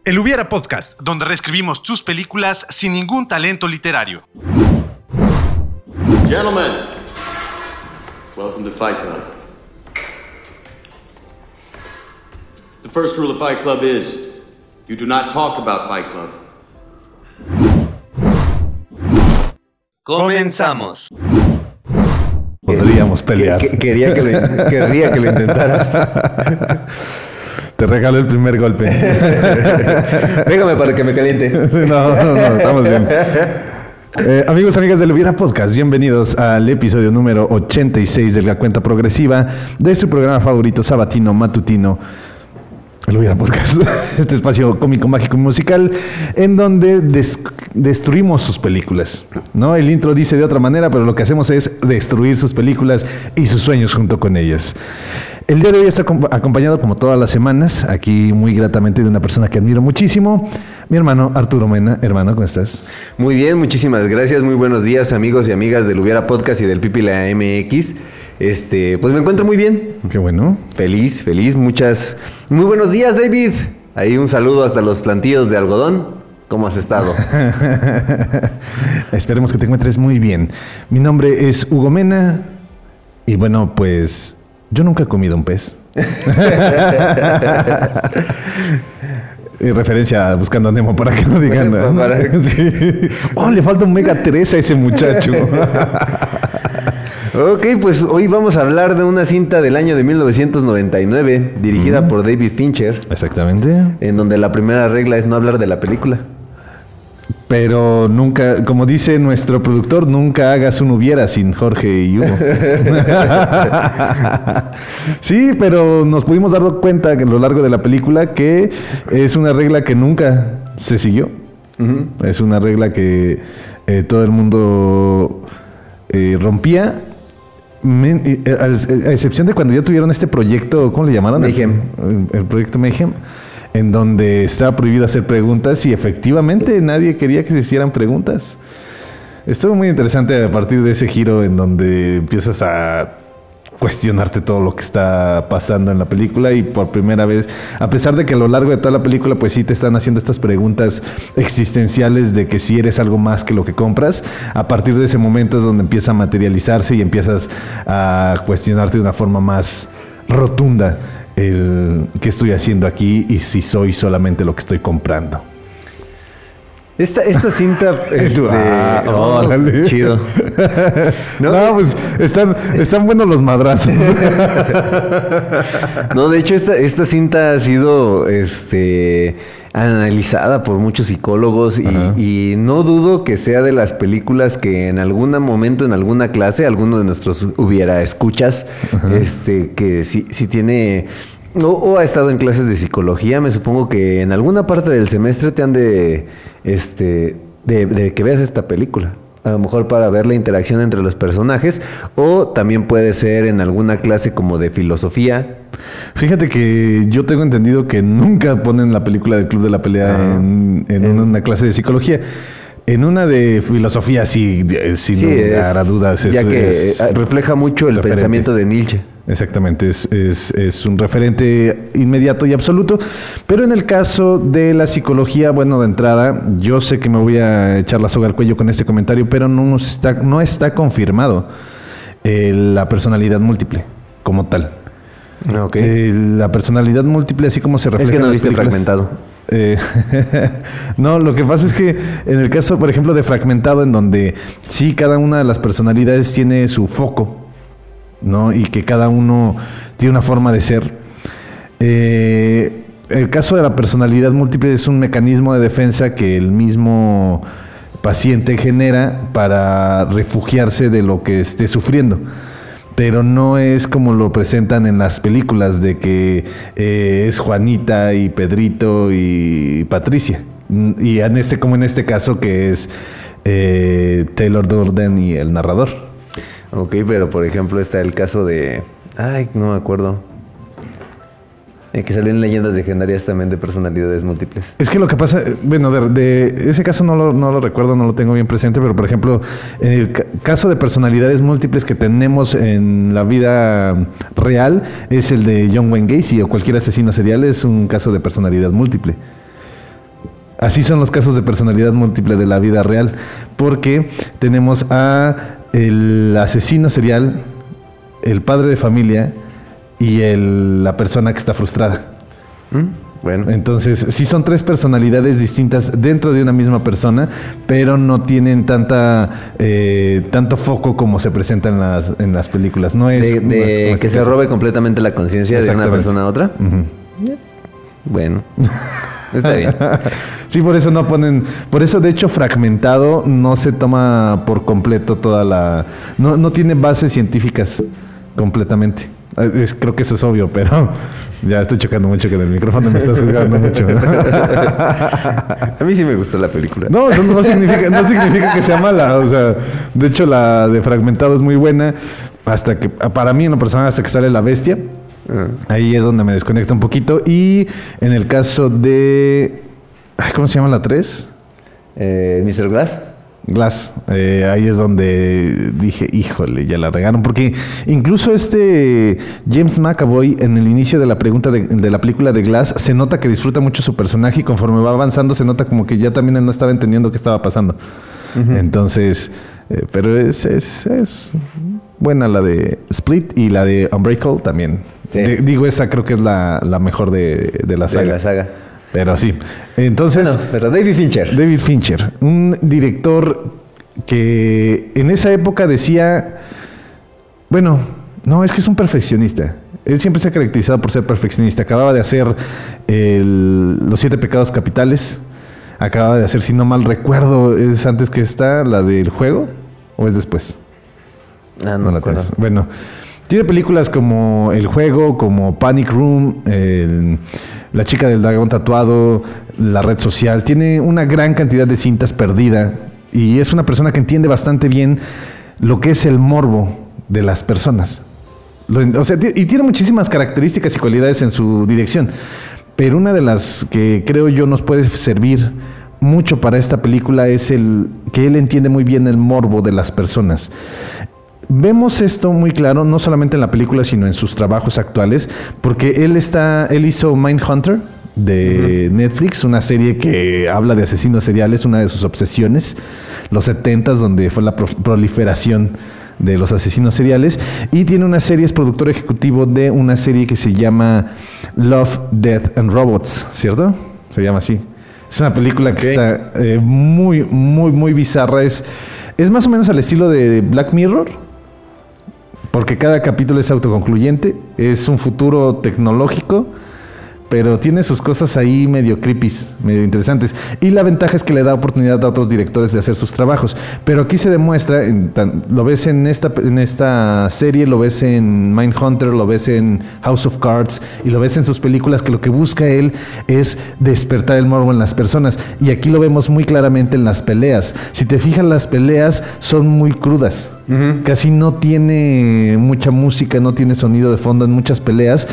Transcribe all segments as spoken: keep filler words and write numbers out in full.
El Hubiera Podcast, donde reescribimos tus películas sin ningún talento literario. Gentlemen, welcome to Fight Club. The first rule of Fight Club is, you do not talk about Fight Club. Comenzamos. Podríamos pelear. Que, que, quería que lo, querría que lo intentaras. Te regalo el primer golpe. Déjame para que me caliente. No, no, no, estamos bien. Eh, amigos, amigas del Hubiera Podcast, bienvenidos al episodio número ochenta y seis de la cuenta progresiva de su programa favorito sabatino matutino, el Hubiera Podcast. Este espacio cómico, mágico y musical en donde des- destruimos sus películas, ¿no? El intro dice de otra manera, pero lo que hacemos es destruir sus películas y sus sueños junto con ellas. El día de hoy está acompañado, como todas las semanas, aquí muy gratamente de una persona que admiro muchísimo, mi hermano Arturo Mena. Hermano, ¿cómo estás? Muy bien, muchísimas gracias. Muy buenos días, amigos y amigas del Hubiera Podcast y del Pipila M X. Este, pues me encuentro muy bien. Qué bueno. Feliz, feliz. Muchas... Muy buenos días, David. Ahí un saludo hasta los plantíos de algodón. ¿Cómo has estado? Esperemos que te encuentres muy bien. Mi nombre es Hugo Mena y bueno, pues... yo nunca he comido un pez. En referencia a Buscando a Nemo, para que no digan nada. Para... Sí. Oh, le falta un omega tres a ese muchacho. Ok, pues hoy vamos a hablar de una cinta del año de mil novecientos noventa y nueve, dirigida mm. por David Fincher. Exactamente. En donde la primera regla es no hablar de la película. Pero nunca, como dice nuestro productor, nunca hagas un hubiera sin Jorge y Hugo. Sí, pero nos pudimos dar cuenta que a lo largo de la película que es una regla que nunca se siguió. Uh-huh. Es una regla que eh, todo el mundo eh, rompía. Men, eh, a, a excepción de cuando ya tuvieron este proyecto, ¿cómo le llamaron? Mayhem. El, el proyecto Mayhem. En donde estaba prohibido hacer preguntas y efectivamente nadie quería que se hicieran preguntas. Estuvo muy interesante a partir de ese giro en donde empiezas a cuestionarte todo lo que está pasando en la película y por primera vez, a pesar de que a lo largo de toda la película pues sí te están haciendo estas preguntas existenciales de que si eres algo más que lo que compras, a partir de ese momento es donde empieza a materializarse y empiezas a cuestionarte de una forma más rotunda el qué estoy haciendo aquí y si soy solamente lo que estoy comprando. Esta, esta cinta este, ah, oh, órale. Chido. No, no pues están, están buenos los madrazos. No, de hecho esta, esta cinta ha sido este analizada por muchos psicólogos y, y no dudo que sea de las películas que en algún momento, en alguna clase, alguno de nuestros hubiera escuchas, uh-huh. este que si, si tiene... O, o ha estado en clases de psicología, me supongo que en alguna parte del semestre te han de, este, de, de que veas esta película. A lo mejor para ver la interacción entre los personajes, o también puede ser en alguna clase como de filosofía. Fíjate que yo tengo entendido que nunca ponen la película del Club de la Pelea ah, en, en, en una clase de psicología. En una de filosofía, sí, sin sí, lugar a dudas. Ya eso que es refleja mucho el referente. Pensamiento de Nietzsche. Exactamente, es, es, es un referente inmediato y absoluto. Pero en el caso de la psicología, bueno, de entrada, yo sé que me voy a echar la soga al cuello con este comentario, pero no está, no está confirmado eh, la personalidad múltiple como tal. Okay. Eh, la personalidad múltiple, así como se refleja. Es que no en viste Fragmentado. Eh, no, lo que pasa es que en el caso, por ejemplo, de Fragmentado, en donde sí cada una de las personalidades tiene su foco, ¿no? Y que cada uno tiene una forma de ser. Eh, el caso de la personalidad múltiple es un mecanismo de defensa que el mismo paciente genera para refugiarse de lo que esté sufriendo. Pero no es como lo presentan en las películas de que eh, es Juanita y Pedrito y Patricia. Y en este, como en este caso, que es eh, Taylor Durden y el narrador. Ok, pero por ejemplo está el caso de... Ay, no me acuerdo. El que salió en Leyendas Legendarias también de personalidades múltiples. Es que lo que pasa... Bueno, de, de ese caso no lo, no lo recuerdo, no lo tengo bien presente, pero por ejemplo, en el ca- caso de personalidades múltiples que tenemos en la vida real, es el de John Wayne Gacy o cualquier asesino serial, es un caso de personalidad múltiple. Así son los casos de personalidad múltiple de la vida real, porque tenemos a el asesino serial, el padre de familia y el, la persona que está frustrada. ¿Mm? Bueno. Entonces, sí son tres personalidades distintas dentro de una misma persona, pero no tienen tanta eh, tanto foco como se presenta en las, en las películas. No es, de, no de es como este que se caso. robe completamente la conciencia de una persona a otra. Uh-huh. Bueno, está bien. Sí, por eso no ponen, por eso de hecho Fragmentado no se toma por completo toda la, no, no tiene bases científicas completamente. Es, creo que eso es obvio, pero ya estoy chocando mucho que en el micrófono me estás jugando mucho. A mí sí me gustó la película. No, no, no significa, no significa que sea mala. O sea, de hecho la de Fragmentado es muy buena. Hasta que, para mí en lo personal, hasta que sale la bestia. Uh-huh. Ahí es donde me desconecta un poquito. Y en el caso de... ¿Cómo se llama la tres? Eh, mister Glass. Glass, eh, ahí es donde dije, híjole, ya la regaron, porque incluso este James McAvoy en el inicio de la pregunta de, de la película de Glass se nota que disfruta mucho su personaje y conforme va avanzando se nota como que ya también él no estaba entendiendo qué estaba pasando. Uh-huh. Entonces, eh, pero es, es, es buena la de Split y la de Unbreakable también. Sí. De, digo, esa creo que es la, la mejor de, de la saga. De la saga. Pero sí. Entonces. Bueno, pero David Fincher. David Fincher. Un director que en esa época decía. Bueno, no, es que es un perfeccionista. Él siempre se ha caracterizado por ser perfeccionista. Acababa de hacer el, Los Siete Pecados Capitales. Acababa de hacer, si no mal recuerdo, ¿es antes que esta, la del juego? ¿O es después? Ah, no, no la acuerdo. Bueno. Tiene películas como El Juego, como Panic Room, el, La Chica del Dragón Tatuado, La Red Social. Tiene una gran cantidad de cintas perdida y es una persona que entiende bastante bien lo que es el morbo de las personas. Lo, o sea, y tiene muchísimas características y cualidades en su dirección. Pero una de las que creo yo nos puede servir mucho para esta película es el que él entiende muy bien el morbo de las personas. Vemos esto muy claro, no solamente en la película, sino en sus trabajos actuales, porque él está, él hizo Mindhunter de uh-huh. Netflix, una serie que habla de asesinos seriales, una de sus obsesiones, los setentas, donde fue la pro- proliferación de los asesinos seriales, y tiene una serie, es productor ejecutivo de una serie que se llama Love, Death and Robots, ¿cierto? Se llama así. Es una película que okay. está eh, muy, muy, muy bizarra, es, es más o menos al estilo de Black Mirror, porque cada capítulo es autoconcluyente, es un futuro tecnológico, pero tiene sus cosas ahí medio creepy, medio interesantes. Y la ventaja es que le da oportunidad a otros directores de hacer sus trabajos. Pero aquí se demuestra, en, tan, lo ves en esta, en esta serie, lo ves en Mindhunter, lo ves en House of Cards y lo ves en sus películas, que lo que busca él es despertar el morbo en las personas. Y aquí lo vemos muy claramente en las peleas. Si te fijas, las peleas son muy crudas. Uh-huh. Casi no tiene mucha música, no tiene sonido de fondo en muchas peleas.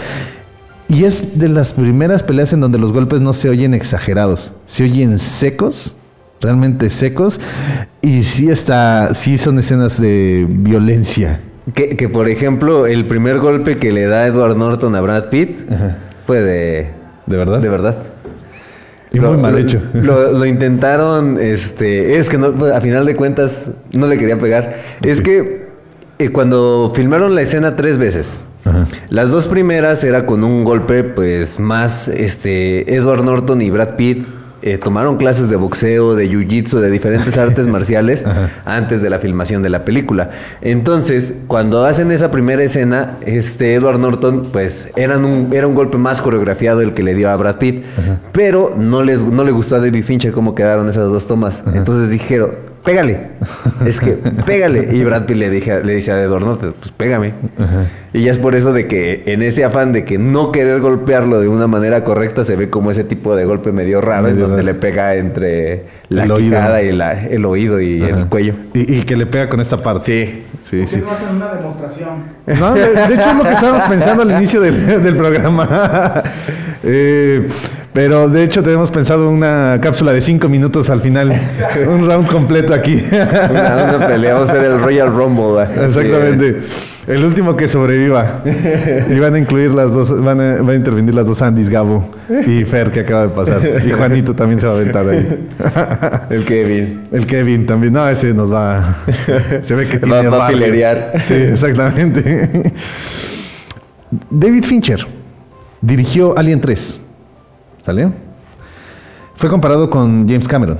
Y es de las primeras peleas en donde los golpes no se oyen exagerados, se oyen secos, realmente secos, y sí está, sí son escenas de violencia. Que, que por ejemplo, el primer golpe que le da Edward Norton a Brad Pitt Ajá. fue de... ¿De verdad? De verdad. Y lo, muy mal lo, hecho. Lo, lo intentaron, este, es que no, a final de cuentas no le quería pegar. Okay. Es que eh, cuando filmaron la escena tres veces, Ajá. las dos primeras era con un golpe, pues más, este, Edward Norton y Brad Pitt eh, tomaron clases de boxeo, de jiu-jitsu, de diferentes artes marciales Ajá. antes de la filmación de la película. Entonces, cuando hacen esa primera escena, este Edward Norton, pues eran un, era un golpe más coreografiado el que le dio a Brad Pitt, Ajá. pero no les no le gustó a David Fincher cómo quedaron esas dos tomas. Ajá. Entonces dijeron, pégale, es que pégale. Y Brad Pitt le, dije, le dice a Edward Norton, pues pégame. Ajá. Y ya es por eso de que en ese afán de que no querer golpearlo de una manera correcta, se ve como ese tipo de golpe medio raro, medio en donde raro. le pega entre la el quijada oído. y la, el oído y Ajá. el cuello. Y, y que le pega con esta parte. Sí. Sí, sí. no hacen una demostración. No, de, de hecho es lo que estábamos pensando al inicio del, del programa. eh, pero de hecho tenemos pensado una cápsula de cinco minutos al final. Un round completo aquí. una, una pelea, vamos a hacer el Royal Rumble. Exactamente. El último que sobreviva. Y van a incluir las dos, van a, van a intervenir las dos Andys, Gabo y Fer, que acaba de pasar. Y Juanito también se va a aventar ahí. El Kevin. El Kevin también. No, ese nos va... Se ve que tiene Va, va a barrio. filerear. Sí, exactamente. David Fincher dirigió Alien tres. ¿Sale? Fue comparado con James Cameron.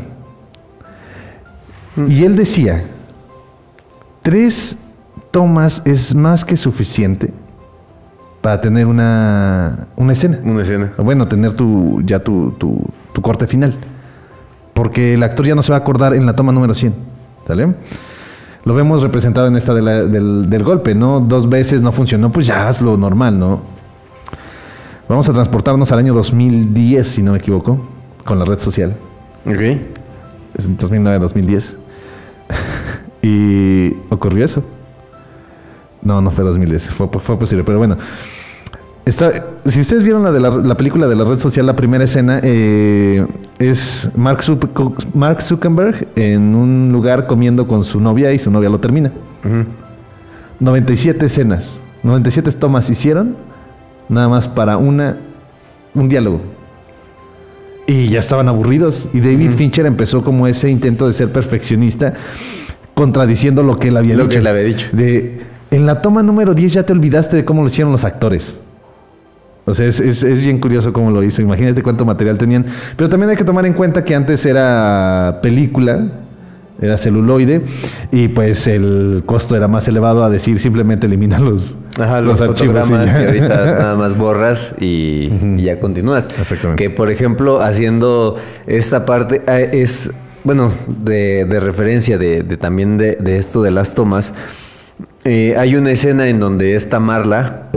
Y él decía, tres tomas es más que suficiente para tener una, una escena. Una escena. O bueno, tener tu, ya tu, tu, tu corte final. Porque el actor ya no se va a acordar en la toma número cien. ¿Sale? Lo vemos representado en esta de la, del, del golpe, ¿no? Dos veces no funcionó, pues ya hazlo normal, ¿no? Vamos a transportarnos al año dos mil diez, si no me equivoco, con la red social. Ok. Es dos mil nueve, dos mil diez. Y ocurrió eso. No, no fue dos mil diez, fue, fue posible, pero bueno. Está, si ustedes vieron la de la, la película de la red social, la primera escena eh, es Mark, Zuck- Mark Zuckerberg en un lugar comiendo con su novia y su novia lo termina. Uh-huh. noventa y siete escenas, noventa y siete tomas hicieron nada más para una un diálogo. Y ya estaban aburridos. Y David uh-huh. Fincher empezó como ese intento de ser perfeccionista, contradiciendo lo que él había lo dicho. que él había dicho. De, en la toma número diez ya te olvidaste de cómo lo hicieron los actores. O sea, es, es, es bien curioso cómo lo hizo. Imagínate cuánto material tenían. Pero también hay que tomar en cuenta que antes era película, era celuloide, y pues el costo era más elevado a decir simplemente elimina los, Ajá, los, los archivos. fotogramas que ahorita nada más borras y, uh-huh. y ya continúas. Exactamente. Que por ejemplo, haciendo esta parte, eh, es, bueno, de, de referencia de, de también de, de esto de las tomas, eh, hay una escena en donde esta Marla,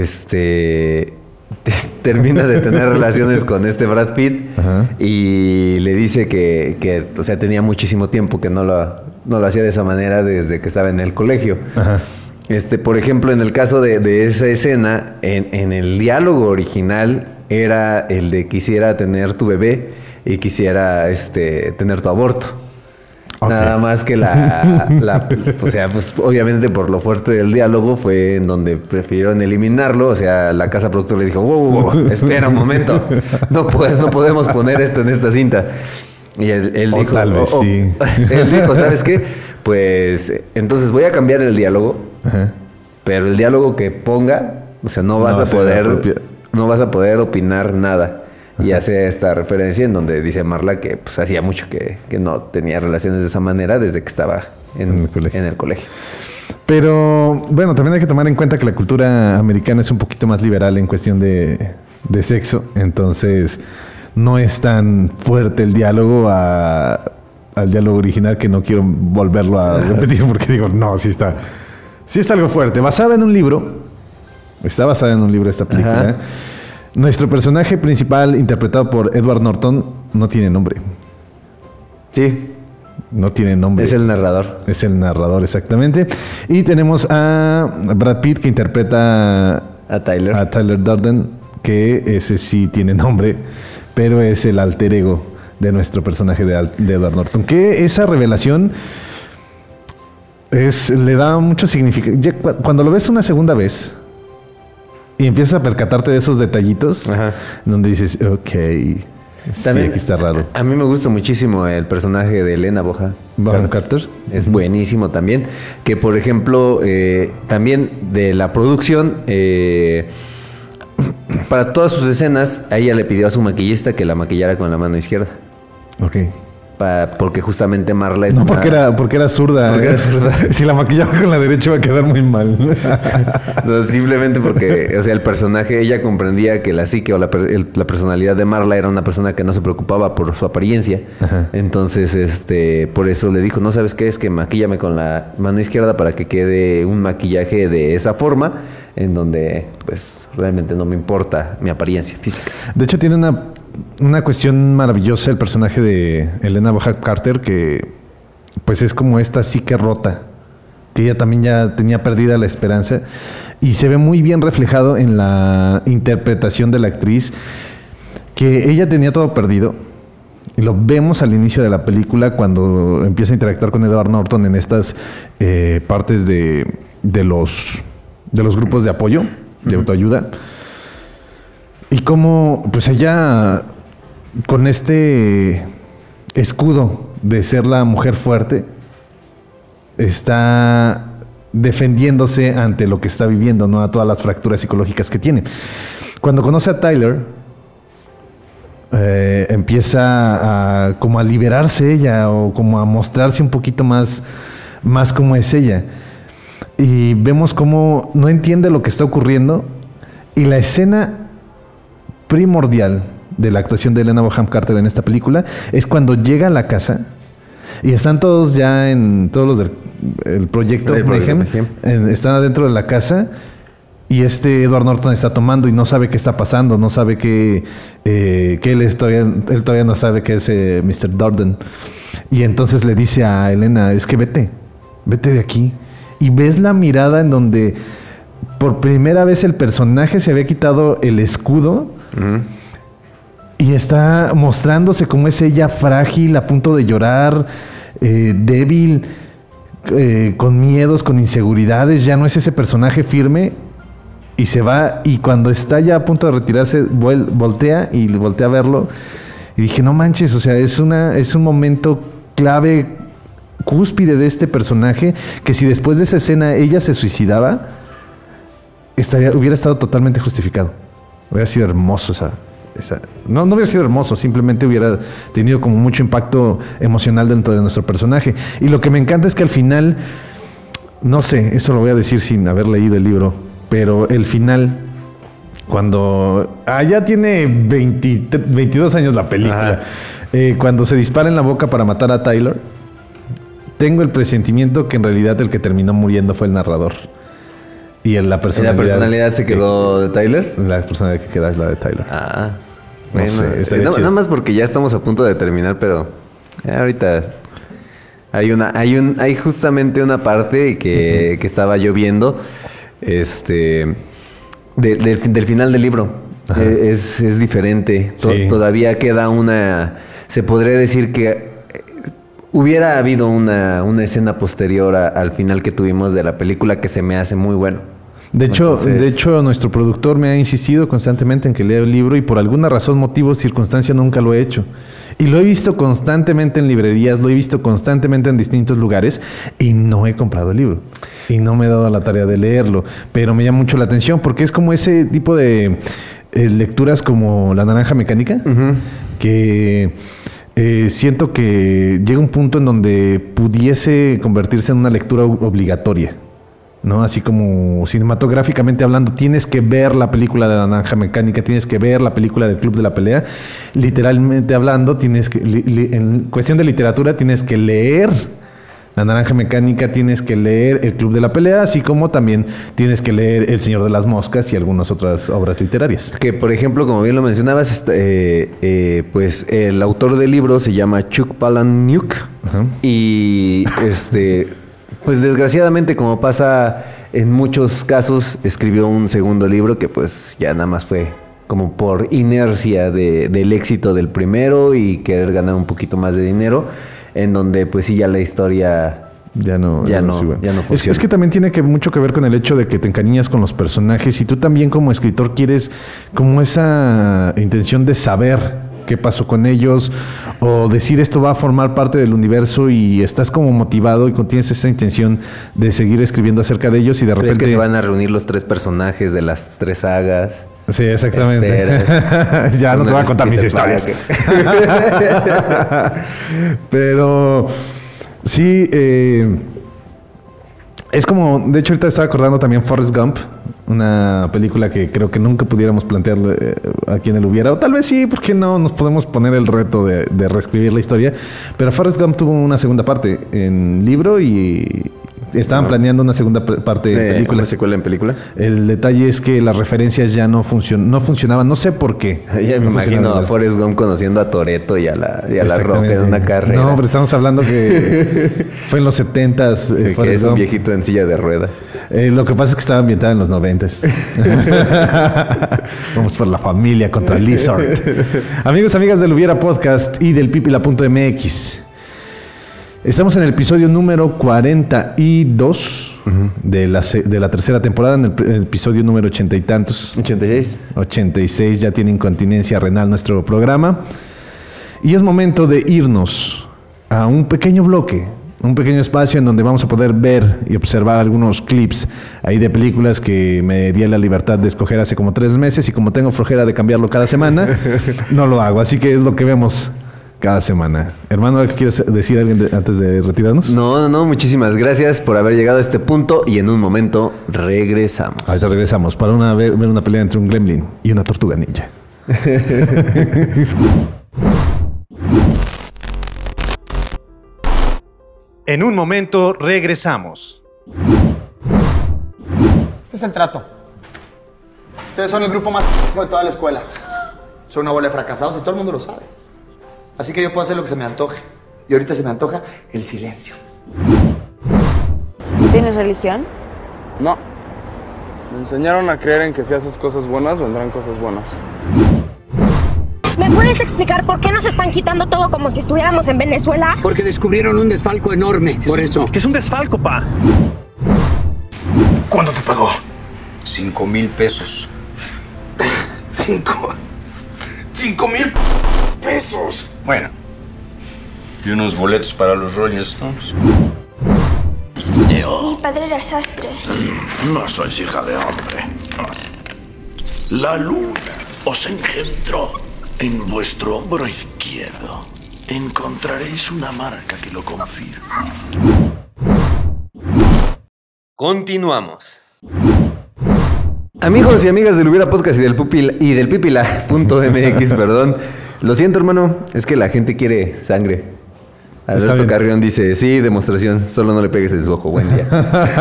este... termina de tener relaciones con este Brad Pitt. Ajá. Y le dice que, que, o sea, tenía muchísimo tiempo que no lo, no lo hacía de esa manera desde que estaba en el colegio. Ajá. Este, por ejemplo, en el caso de, de esa escena, en, en el diálogo original era el de quisiera tener tu bebé y quisiera este, tener tu aborto. Okay. Nada más que la, la... O sea, pues obviamente por lo fuerte del diálogo fue en donde prefirieron eliminarlo. O sea, la casa productora le dijo, wow, wow, wow, espera un momento. No, puede, no podemos poner esto en esta cinta. Y él, él o dijo... tal vez oh, sí. oh. Él dijo, ¿sabes qué? Pues entonces voy a cambiar el diálogo. Ajá. Pero el diálogo que ponga, o sea, no vas no, a poder... No vas a poder opinar nada. Y hace esta referencia en donde dice Marla que pues hacía mucho que, que no tenía relaciones de esa manera desde que estaba en, en, el colegio. en el colegio. Pero bueno, también hay que tomar en cuenta que la cultura americana es un poquito más liberal en cuestión de, de sexo. Entonces no es tan fuerte el diálogo a, al diálogo original, que no quiero volverlo a repetir porque digo, no, sí está, sí está algo fuerte. Basada en un libro, está basada en un libro esta película. Ajá. Nuestro personaje principal, interpretado por Edward Norton, no tiene nombre. Sí. No tiene nombre. Es el narrador. Es el narrador, exactamente. Y tenemos a Brad Pitt, que interpreta a Tyler. A Tyler Durden, que ese sí tiene nombre, pero es el alter ego de nuestro personaje de, de Edward Norton. Que esa revelación es, le da mucho significado. Ya, cuando lo ves una segunda vez... y empiezas a percatarte de esos detallitos, ajá, donde dices, ok, también, sí, aquí está raro. A, a mí me gusta muchísimo el personaje de Elena Bonham Bonham Carter. Es buenísimo también. Que, por ejemplo, eh, también de la producción, eh, para todas sus escenas, a ella le pidió a su maquillista que la maquillara con la mano izquierda. Ok. Pa, porque justamente Marla es no, una... porque era, porque era zurda. Porque era zurda. Si la maquillaba con la derecha iba a quedar muy mal. No, simplemente porque, o sea, el personaje, ella comprendía que la psique o la, el, la personalidad de Marla era una persona que no se preocupaba por su apariencia. Ajá. Entonces, este, por eso le dijo, no sabes qué, es que maquíllame con la mano izquierda para que quede un maquillaje de esa forma, en donde, pues, realmente no me importa mi apariencia física. De hecho, tiene una... una cuestión maravillosa el personaje de Elena Bonham Carter, que pues es como esta psique rota, que ella también ya tenía perdida la esperanza, y se ve muy bien reflejado en la interpretación de la actriz, que ella tenía todo perdido, y lo vemos al inicio de la película cuando empieza a interactuar con Edward Norton en estas eh, partes de, de los de los grupos de apoyo, de uh-huh. autoayuda. Y cómo, pues ella, con este escudo de ser la mujer fuerte, está defendiéndose ante lo que está viviendo, ¿no? A todas las fracturas psicológicas que tiene. Cuando conoce a Tyler, eh, empieza a como a liberarse ella o como a mostrarse un poquito más, más como es ella. Y vemos cómo no entiende lo que está ocurriendo, y la escena primordial de la actuación de Helena Bonham Carter en esta película es cuando llega a la casa y están todos ya en todos los del el proyecto el Mayhem, en, están adentro de la casa, y este Edward Norton está tomando y no sabe qué está pasando, no sabe que, eh, que él, es todavía, él todavía no sabe que es eh, mister Durden, y entonces le dice a Helena, es que vete, vete de aquí, y ves la mirada en donde por primera vez el personaje se había quitado el escudo. Uh-huh. Y está mostrándose como es ella, frágil, a punto de llorar, eh, débil, eh, con miedos, con inseguridades. Ya no es ese personaje firme, y se va. Y cuando está ya a punto de retirarse, vuel- voltea y voltea a verlo. Y dije, no manches, o sea, es, una, es un momento clave, cúspide de este personaje, que si después de esa escena ella se suicidaba, estaría, hubiera estado totalmente justificado. Hubiera sido hermoso esa... Esa, no, no hubiera sido hermoso, simplemente hubiera tenido como mucho impacto emocional dentro de nuestro personaje. Y lo que me encanta es que al final, no sé, eso lo voy a decir sin haber leído el libro, pero el final, cuando... Ah, ya tiene veinte, veintidós años la película. Eh, cuando se dispara en la boca para matar a Tyler, tengo el presentimiento que en realidad el que terminó muriendo fue el narrador. Y en la personalidad... ¿Y la personalidad se quedó de Tyler? La personalidad que queda es la de Tyler. Ah. No bueno, sé, no, nada más porque ya estamos a punto de terminar, pero eh, ahorita hay una, hay un, hay justamente una parte que, uh-huh. que estaba yo viendo, este, de, de, del final del libro. Eh, es, es diferente. Sí. To, todavía queda una, se podría decir que hubiera habido una, una escena posterior a, al final que tuvimos de la película que se me hace muy bueno. De hecho, Entonces, de hecho, nuestro productor me ha insistido constantemente en que lea el libro, y por alguna razón, motivo, circunstancia nunca lo he hecho. Y lo he visto constantemente en librerías, lo he visto constantemente en distintos lugares, y no he comprado el libro. Y no me he dado la tarea de leerlo. Pero me llama mucho la atención porque es como ese tipo de eh, lecturas como La Naranja Mecánica, uh-huh. que... Eh, siento que llega un punto en donde pudiese convertirse en una lectura obligatoria, ¿no? Así como cinematográficamente hablando, tienes que ver la película de La Naranja Mecánica, tienes que ver la película del Club de la Pelea. Literalmente hablando, tienes que, li, li, en cuestión de literatura, tienes que leer La Naranja Mecánica, tienes que leer El Club de la Pelea, así como también tienes que leer El Señor de las Moscas y algunas otras obras literarias. Que, por ejemplo, como bien lo mencionabas, eh, eh, pues el autor del libro se llama Chuck Palahniuk. Uh-huh. Y este, pues desgraciadamente, como pasa en muchos casos, escribió un segundo libro que pues ya nada más fue como por inercia de, del éxito del primero y querer ganar un poquito más de dinero, en donde pues sí ya la historia ya no ya ya no, no, ya no funciona. Es, es que también tiene que mucho que ver con el hecho de que te encariñas con los personajes, y tú también como escritor quieres como esa intención de saber qué pasó con ellos, o decir esto va a formar parte del universo, y estás como motivado y tienes esa intención de seguir escribiendo acerca de ellos, y de repente ¿crees que se van a reunir los tres personajes de las tres sagas? Sí, exactamente. Ya no te voy a contar mis historias. Pero sí, eh, es como, de hecho ahorita estaba acordando también Forrest Gump, una película que creo que nunca pudiéramos plantear eh, a quien él hubiera, o tal vez sí, porque no nos podemos poner el reto de, de reescribir la historia. Pero Forrest Gump tuvo una segunda parte en libro, y estaban no. planeando una segunda parte de eh, película. ¿Una secuela en película? El detalle es que las referencias ya no, funcion no funcionaban, no sé por qué. Ya me no imagino a Forrest Gump conociendo a Toretto y a la, y a la Roca en una carrera. No, pero estamos hablando que fue en los setentas. Eh, que es un viejito en silla de rueda. Eh, lo que pasa es que estaba ambientada en los noventas. Vamos por la familia contra el Lizard. Amigos, amigas del Hubiera Podcast y del pipila punto m x. Estamos en el episodio número cuarenta y dos. uh-huh. de, la, de la tercera temporada, en el, en el episodio número ochenta y tantos. ochenta y seis. ochenta y seis, ya tiene incontinencia renal nuestro programa. Y es momento de irnos a un pequeño bloque, un pequeño espacio en donde vamos a poder ver y observar algunos clips ahí de películas que me di la libertad de escoger hace como tres meses y como tengo flojera de cambiarlo cada semana, no lo hago. Así que es lo que vemos cada semana. Hermano, ¿qué quieres decir alguien de, antes de retirarnos? No, no, no. Muchísimas gracias por haber llegado a este punto y en un momento regresamos. Ahorita regresamos para una, ver, ver una pelea entre un gremlin y una tortuga ninja. En un momento regresamos. Este es el trato. Ustedes son el grupo más de toda la escuela. Son una bola de fracasados y todo el mundo lo sabe. Así que yo puedo hacer lo que se me antoje. Y ahorita se me antoja el silencio. ¿Tienes religión? No. Me enseñaron a creer en que si haces cosas buenas, vendrán cosas buenas. ¿Me puedes explicar por qué nos están quitando todo como si estuviéramos en Venezuela? Porque descubrieron un desfalco enorme, por eso. ¿Qué es un desfalco, pa? ¿Cuánto te pagó? Cinco mil pesos. Cinco... Cinco mil pesos. Bueno. Y unos boletos para los Rolling Stones. Mi padre era sastre. No sois hija de hombre. La luna os engendró. En vuestro hombro izquierdo encontraréis una marca que lo confirma. Continuamos. Amigos y amigas del Hubiera Podcast y del Pupil y del Pipila punto m x, perdón. Lo siento, hermano, es que la gente quiere sangre. Alberto Carrión dice, sí, demostración, solo no le pegues el ojo, buen día.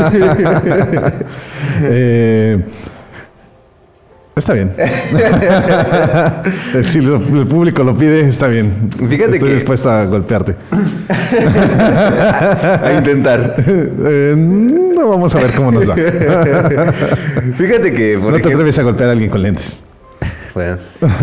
eh... Está bien. Si lo, el público lo pide, está bien. Fíjate Estoy que... dispuesto a golpearte. A intentar. Eh, no, vamos a ver cómo nos va. Fíjate que... Por no ejemplo... te atreves a golpear a alguien con lentes. Bueno.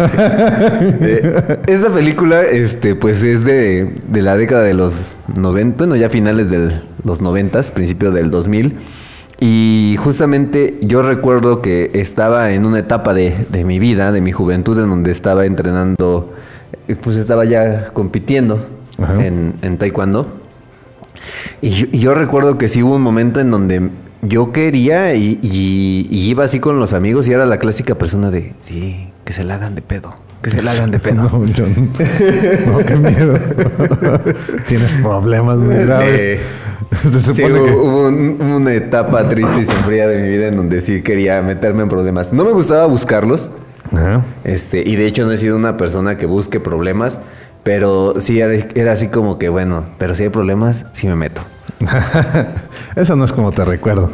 eh, esta película, este, pues es de, de la década de los noventa, bueno, ya finales de los noventas, principio del dos mil. Y justamente yo recuerdo que estaba en una etapa de, de mi vida, de mi juventud, en donde estaba entrenando, pues estaba ya compitiendo en, en taekwondo. Y yo, y yo recuerdo que sí hubo un momento en donde yo quería y, y, y iba así con los amigos y era la clásica persona de, sí, que se la hagan de pedo. Que se la hagan de pedo. No, John. No, qué miedo. Tienes problemas muy graves. Sí, Se supone sí, hubo, que... hubo un, una etapa triste y sombría de mi vida en donde sí quería meterme en problemas. No me gustaba buscarlos. Ajá. Este, y de hecho no he sido una persona que busque problemas, pero sí era, era así como que, bueno, pero si hay problemas, sí me meto. Eso no es como te recuerdo.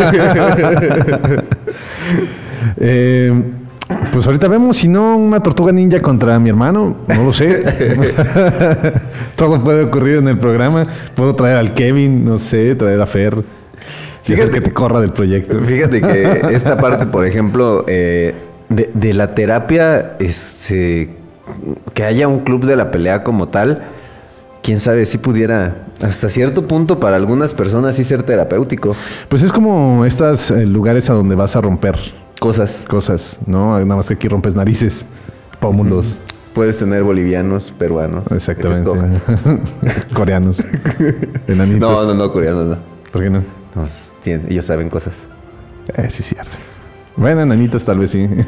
eh... Pues ahorita vemos, si no, una tortuga ninja contra mi hermano, no lo sé. Todo puede ocurrir en el programa. Puedo traer al Kevin, no sé, traer a Fer. Fíjate que te corra del proyecto. Fíjate que esta parte, por ejemplo, eh, de, de la terapia, este, que haya un club de la pelea como tal, quién sabe si pudiera, hasta cierto punto, para algunas personas sí ser terapéutico. Pues es como estos eh, lugares a donde vas a romper Cosas. Cosas, ¿no? Nada más que aquí rompes narices, pómulos. Mm-hmm. Puedes tener bolivianos, peruanos. Exactamente. Coreanos. Enanitos. No, no, no, coreanos no. ¿Por qué no? No, tienen, ellos saben cosas. Eh, sí, cierto. Bueno, enanitos tal vez sí.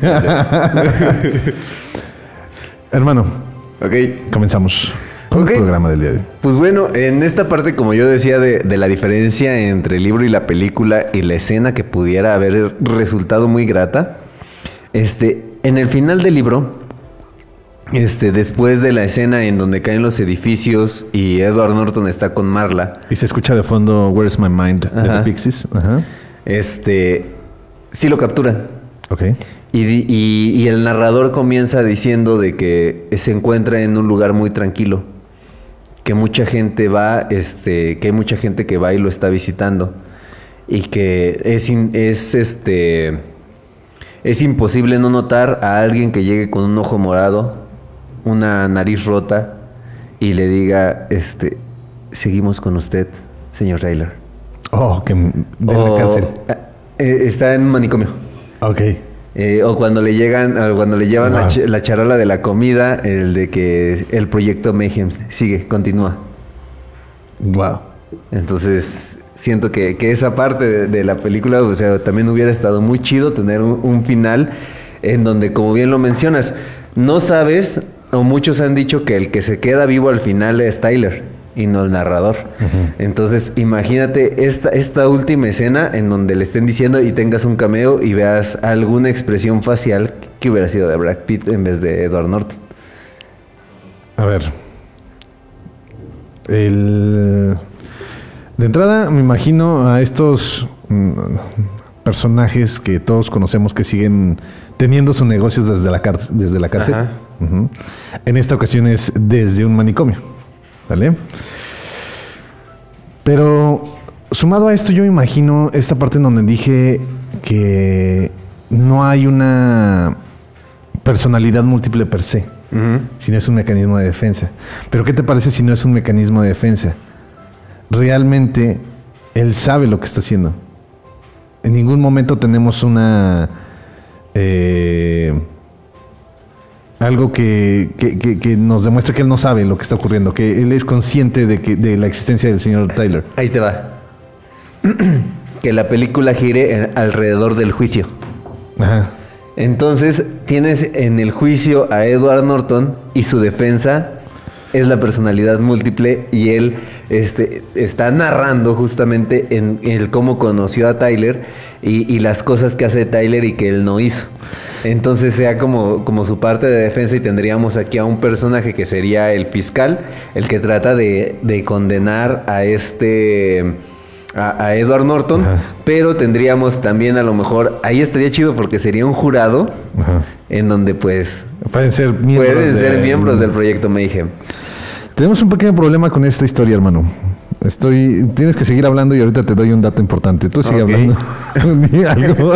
Hermano. Ok. Comenzamos. Con okay. el programa del día de hoy. Pues bueno, en esta parte, como yo decía, de, de la diferencia entre el libro y la película y la escena que pudiera haber resultado muy grata, este, en el final del libro, este, después de la escena en donde caen los edificios y Edward Norton está con Marla. Y se escucha de fondo Where's My Mind de The Pixies. Ajá. Este, sí lo capturan. Ok. Y, y, y el narrador comienza diciendo de que se encuentra en un lugar muy tranquilo. Que mucha gente va, este, que hay mucha gente que va y lo está visitando. Y que es, in, es, este, es imposible no notar a alguien que llegue con un ojo morado, una nariz rota, y le diga, este, seguimos con usted, señor Taylor. Oh, que de o, la cárcel. eh, está en un manicomio. Ok. Eh, o cuando le llegan, o cuando le llevan Wow. la, ch- la charola de la comida, el de que el proyecto Mayhem sigue, continúa. Wow. Entonces, siento que, que esa parte de, de la película, o sea, también hubiera estado muy chido tener un, un final en donde, como bien lo mencionas, no sabes, o muchos han dicho que el que se queda vivo al final es Tyler y no el narrador. Ujú. Entonces, imagínate esta, esta última escena en donde le estén diciendo y tengas un cameo y veas alguna expresión facial que hubiera sido de Brad Pitt en vez de Edward Norton. A ver. El... De entrada, me imagino a estos mm, personajes que todos conocemos que siguen teniendo sus negocios desde la, car- desde la cárcel. Ajá. Ujú. En esta ocasión es desde un manicomio. ¿Vale? Pero sumado a esto, yo me imagino esta parte en donde dije que no hay una personalidad múltiple per se, Ujú. sino es un mecanismo de defensa. Pero ¿qué te parece si no es un mecanismo de defensa? Realmente él sabe lo que está haciendo. En ningún momento tenemos una... eh, algo que, que, que, que nos demuestra que él no sabe lo que está ocurriendo, que él es consciente de, que, de la existencia del señor Tyler. Ahí te va. Que la película gire en- alrededor del juicio. Ajá. Entonces, tienes en el juicio a Edward Norton y su defensa es la personalidad múltiple y él este, está narrando justamente en el cómo conoció a Tyler y, y las cosas que hace Tyler y que él no hizo. Entonces sea como, como su parte de defensa y tendríamos aquí a un personaje que sería el fiscal, el que trata de, de condenar a este... A, a Edward Norton, Ajá. pero tendríamos también a lo mejor, ahí estaría chido porque sería un jurado Ajá. en donde pues Pueden ser miembros pueden ser de- miembros del proyecto Mayhem. Tenemos un pequeño problema con esta historia, hermano. Estoy, tienes que seguir hablando y ahorita te doy un dato importante. Tú sigue Ok. hablando. Di algo.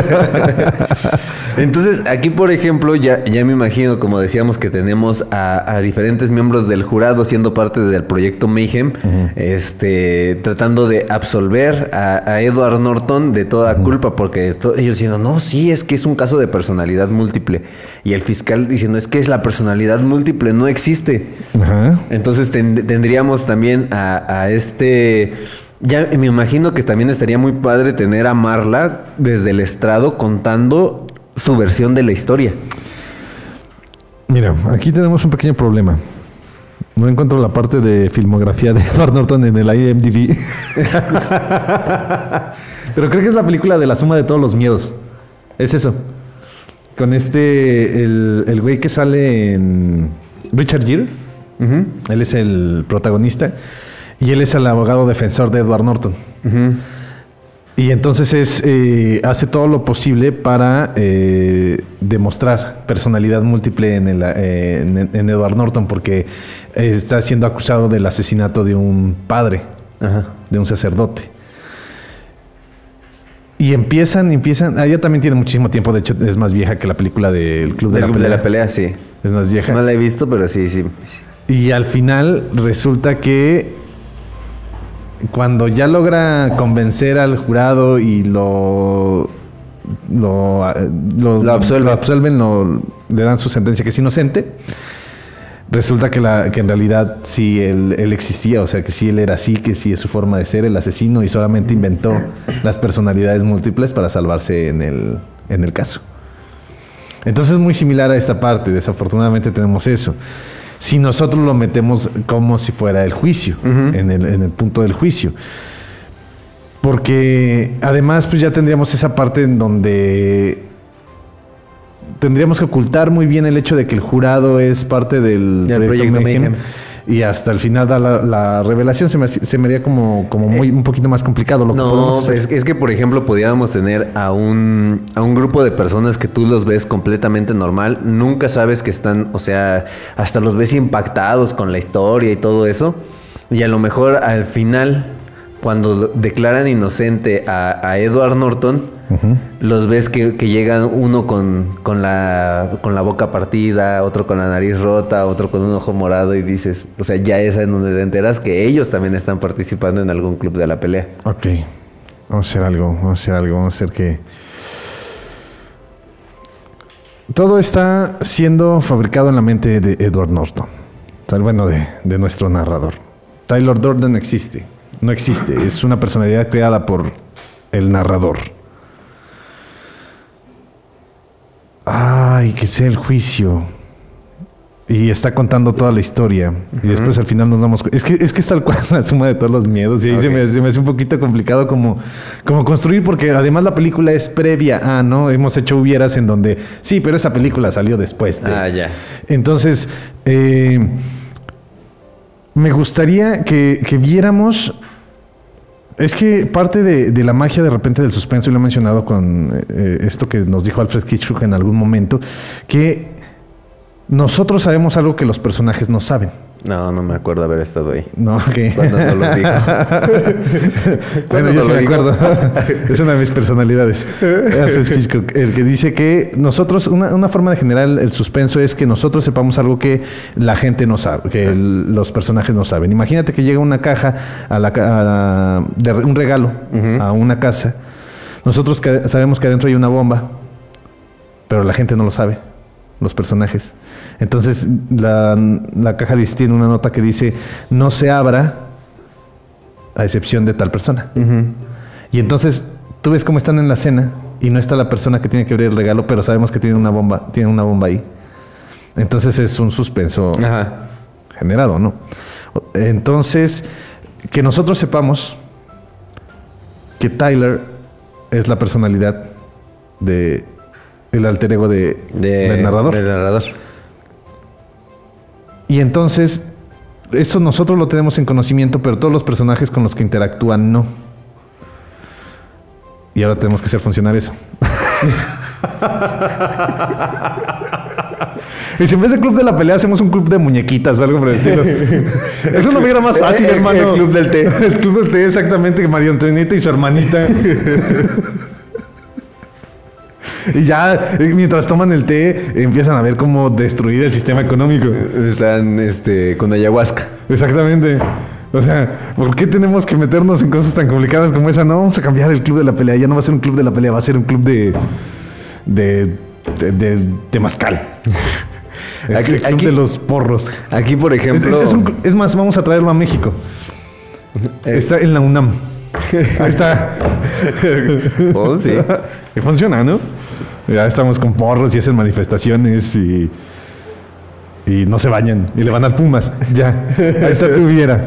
Entonces, aquí por ejemplo, ya, ya me imagino, como decíamos, que tenemos a, a diferentes miembros del jurado siendo parte del proyecto Mayhem, Ujú. este, tratando de absolver a, a Edward Norton de toda culpa, porque to- ellos diciendo, no, sí, es que es un caso de personalidad múltiple. Y el fiscal diciendo, es que es la personalidad múltiple, no existe. Ajá. Entonces ten- tendríamos también a, a este... Ya me imagino que también estaría muy padre tener a Marla desde el estrado contando su versión de la historia. Mira, aquí tenemos un pequeño problema. No encuentro la parte de filmografía de Edward Norton en el I M D B. Pero creo que es la película de la suma de todos los miedos. Es eso. Con este, el, el güey que sale en Richard Gere. Ujú, Él es el protagonista. Y él es el abogado defensor de Edward Norton. ujú. Y entonces es, eh, hace todo lo posible para eh, demostrar personalidad múltiple en, el, eh, en, en Edward Norton, porque eh, está siendo acusado del asesinato de un padre, Ajá. de un sacerdote. Y empiezan, empiezan. Ah, ella también tiene muchísimo tiempo, de hecho es más vieja que la película del Club de, Del la, club pelea. de la pelea, sí. Es más vieja. No la he visto, pero sí, sí. sí. Y al final resulta que cuando ya logra convencer al jurado y lo lo, lo, Lo absuelve. lo absuelven, lo- le dan su sentencia que es inocente, resulta que, la, que en realidad sí él, él existía, o sea que sí él era así, que sí es su forma de ser, el asesino, y solamente inventó las personalidades múltiples para salvarse en el, en el caso. Entonces es muy similar a esta parte, desafortunadamente tenemos eso. Si nosotros lo metemos como si fuera el juicio, Ujú. en, el, en el punto del juicio. Porque además pues ya tendríamos esa parte en donde tendríamos que ocultar muy bien el hecho de que el jurado es parte del Del proyecto Mayhem. y hasta el final da la, la revelación. Se me, hace- se me haría como, como muy, un poquito más complicado lo que No, podemos hacer. es, es que por ejemplo pudiéramos tener a un, a un grupo de personas que tú los ves completamente normal, nunca sabes que están, o sea, hasta los ves impactados con la historia y todo eso, y a lo mejor al final, cuando declaran inocente a, a Edward Norton, Ujú. los ves que, que llegan uno con, con, la, con la boca partida, otro con la nariz rota, otro con un ojo morado y dices, o sea, ya es en donde te enteras que ellos también están participando en algún club de la pelea. Ok. Vamos a hacer algo, vamos a hacer algo, vamos a hacer que... Todo está siendo fabricado en la mente de Edward Norton. Tal, bueno, de, de nuestro narrador. Tyler Durden existe. No existe. Es una personalidad creada por el narrador. Ay, que sea el juicio. Y está contando toda la historia. Uh-huh. Y después al final nos damos... Es que, es que es tal cual la suma de todos los miedos. Y ahí okay. se, me, se me hace un poquito complicado como, como construir, porque además la película es previa a, ¿no? Hemos hecho hubieras en donde... Sí, pero esa película salió después de... Ah, ya. Entonces, eh, me gustaría que, que viéramos... Es que parte de, de la magia de repente del suspenso, y lo he mencionado con eh, esto que nos dijo Alfred Hitchcock en algún momento, que... Nosotros sabemos algo que los personajes no saben. No, no me acuerdo haber estado ahí. No, ok. Cuando no lo digo. Bueno, yo sí me acuerdo. Es una de mis personalidades. Alfred Hitchcock, el que dice que nosotros, una, una forma de generar el suspenso es que nosotros sepamos algo que la gente no sabe, que el, los personajes no saben. Imagínate que llega una caja, a la, a la, de un regalo uh-huh. a una casa. Nosotros que, sabemos que adentro hay una bomba, pero la gente no lo sabe. Los personajes. Entonces la, la caja tiene una nota que dice no se abra a excepción de tal persona. Uh-huh. Y entonces tú ves cómo están en la cena y no está la persona que tiene que abrir el regalo, pero sabemos que tiene una bomba, tiene una bomba ahí. Entonces es un suspenso Ajá. generado, ¿no? Entonces, que nosotros sepamos que Tyler es la personalidad de el alter ego de, de, del narrador. Del narrador. Y entonces, eso nosotros lo tenemos en conocimiento, pero todos los personajes con los que interactúan no. Y ahora tenemos que hacer funcionar eso. Y si en vez de club de la pelea hacemos un club de muñequitas o algo por el estilo. Eso no me era más fácil, el, hermano. El club del té. El club del té, exactamente, que María Antonieta y su hermanita. Y ya, mientras toman el té, empiezan a ver cómo destruir el sistema económico. Están este, con ayahuasca. Exactamente. O sea, ¿por qué tenemos que meternos en cosas tan complicadas como esa? No, vamos a cambiar el club de la pelea. Ya no va a ser un club de la pelea, va a ser un club de... de... de, de, de mezcal. El, aquí, el club aquí, de los porros. Aquí, por ejemplo... Es, es, un, es más, vamos a traerlo a México. Eh. Está en la UNAM. Ahí está. Oh, sí. Y funciona, ¿no? Ya estamos con porros y hacen manifestaciones y... y no se bañan. Y le van al Pumas. Ya. Ahí está tu Viera.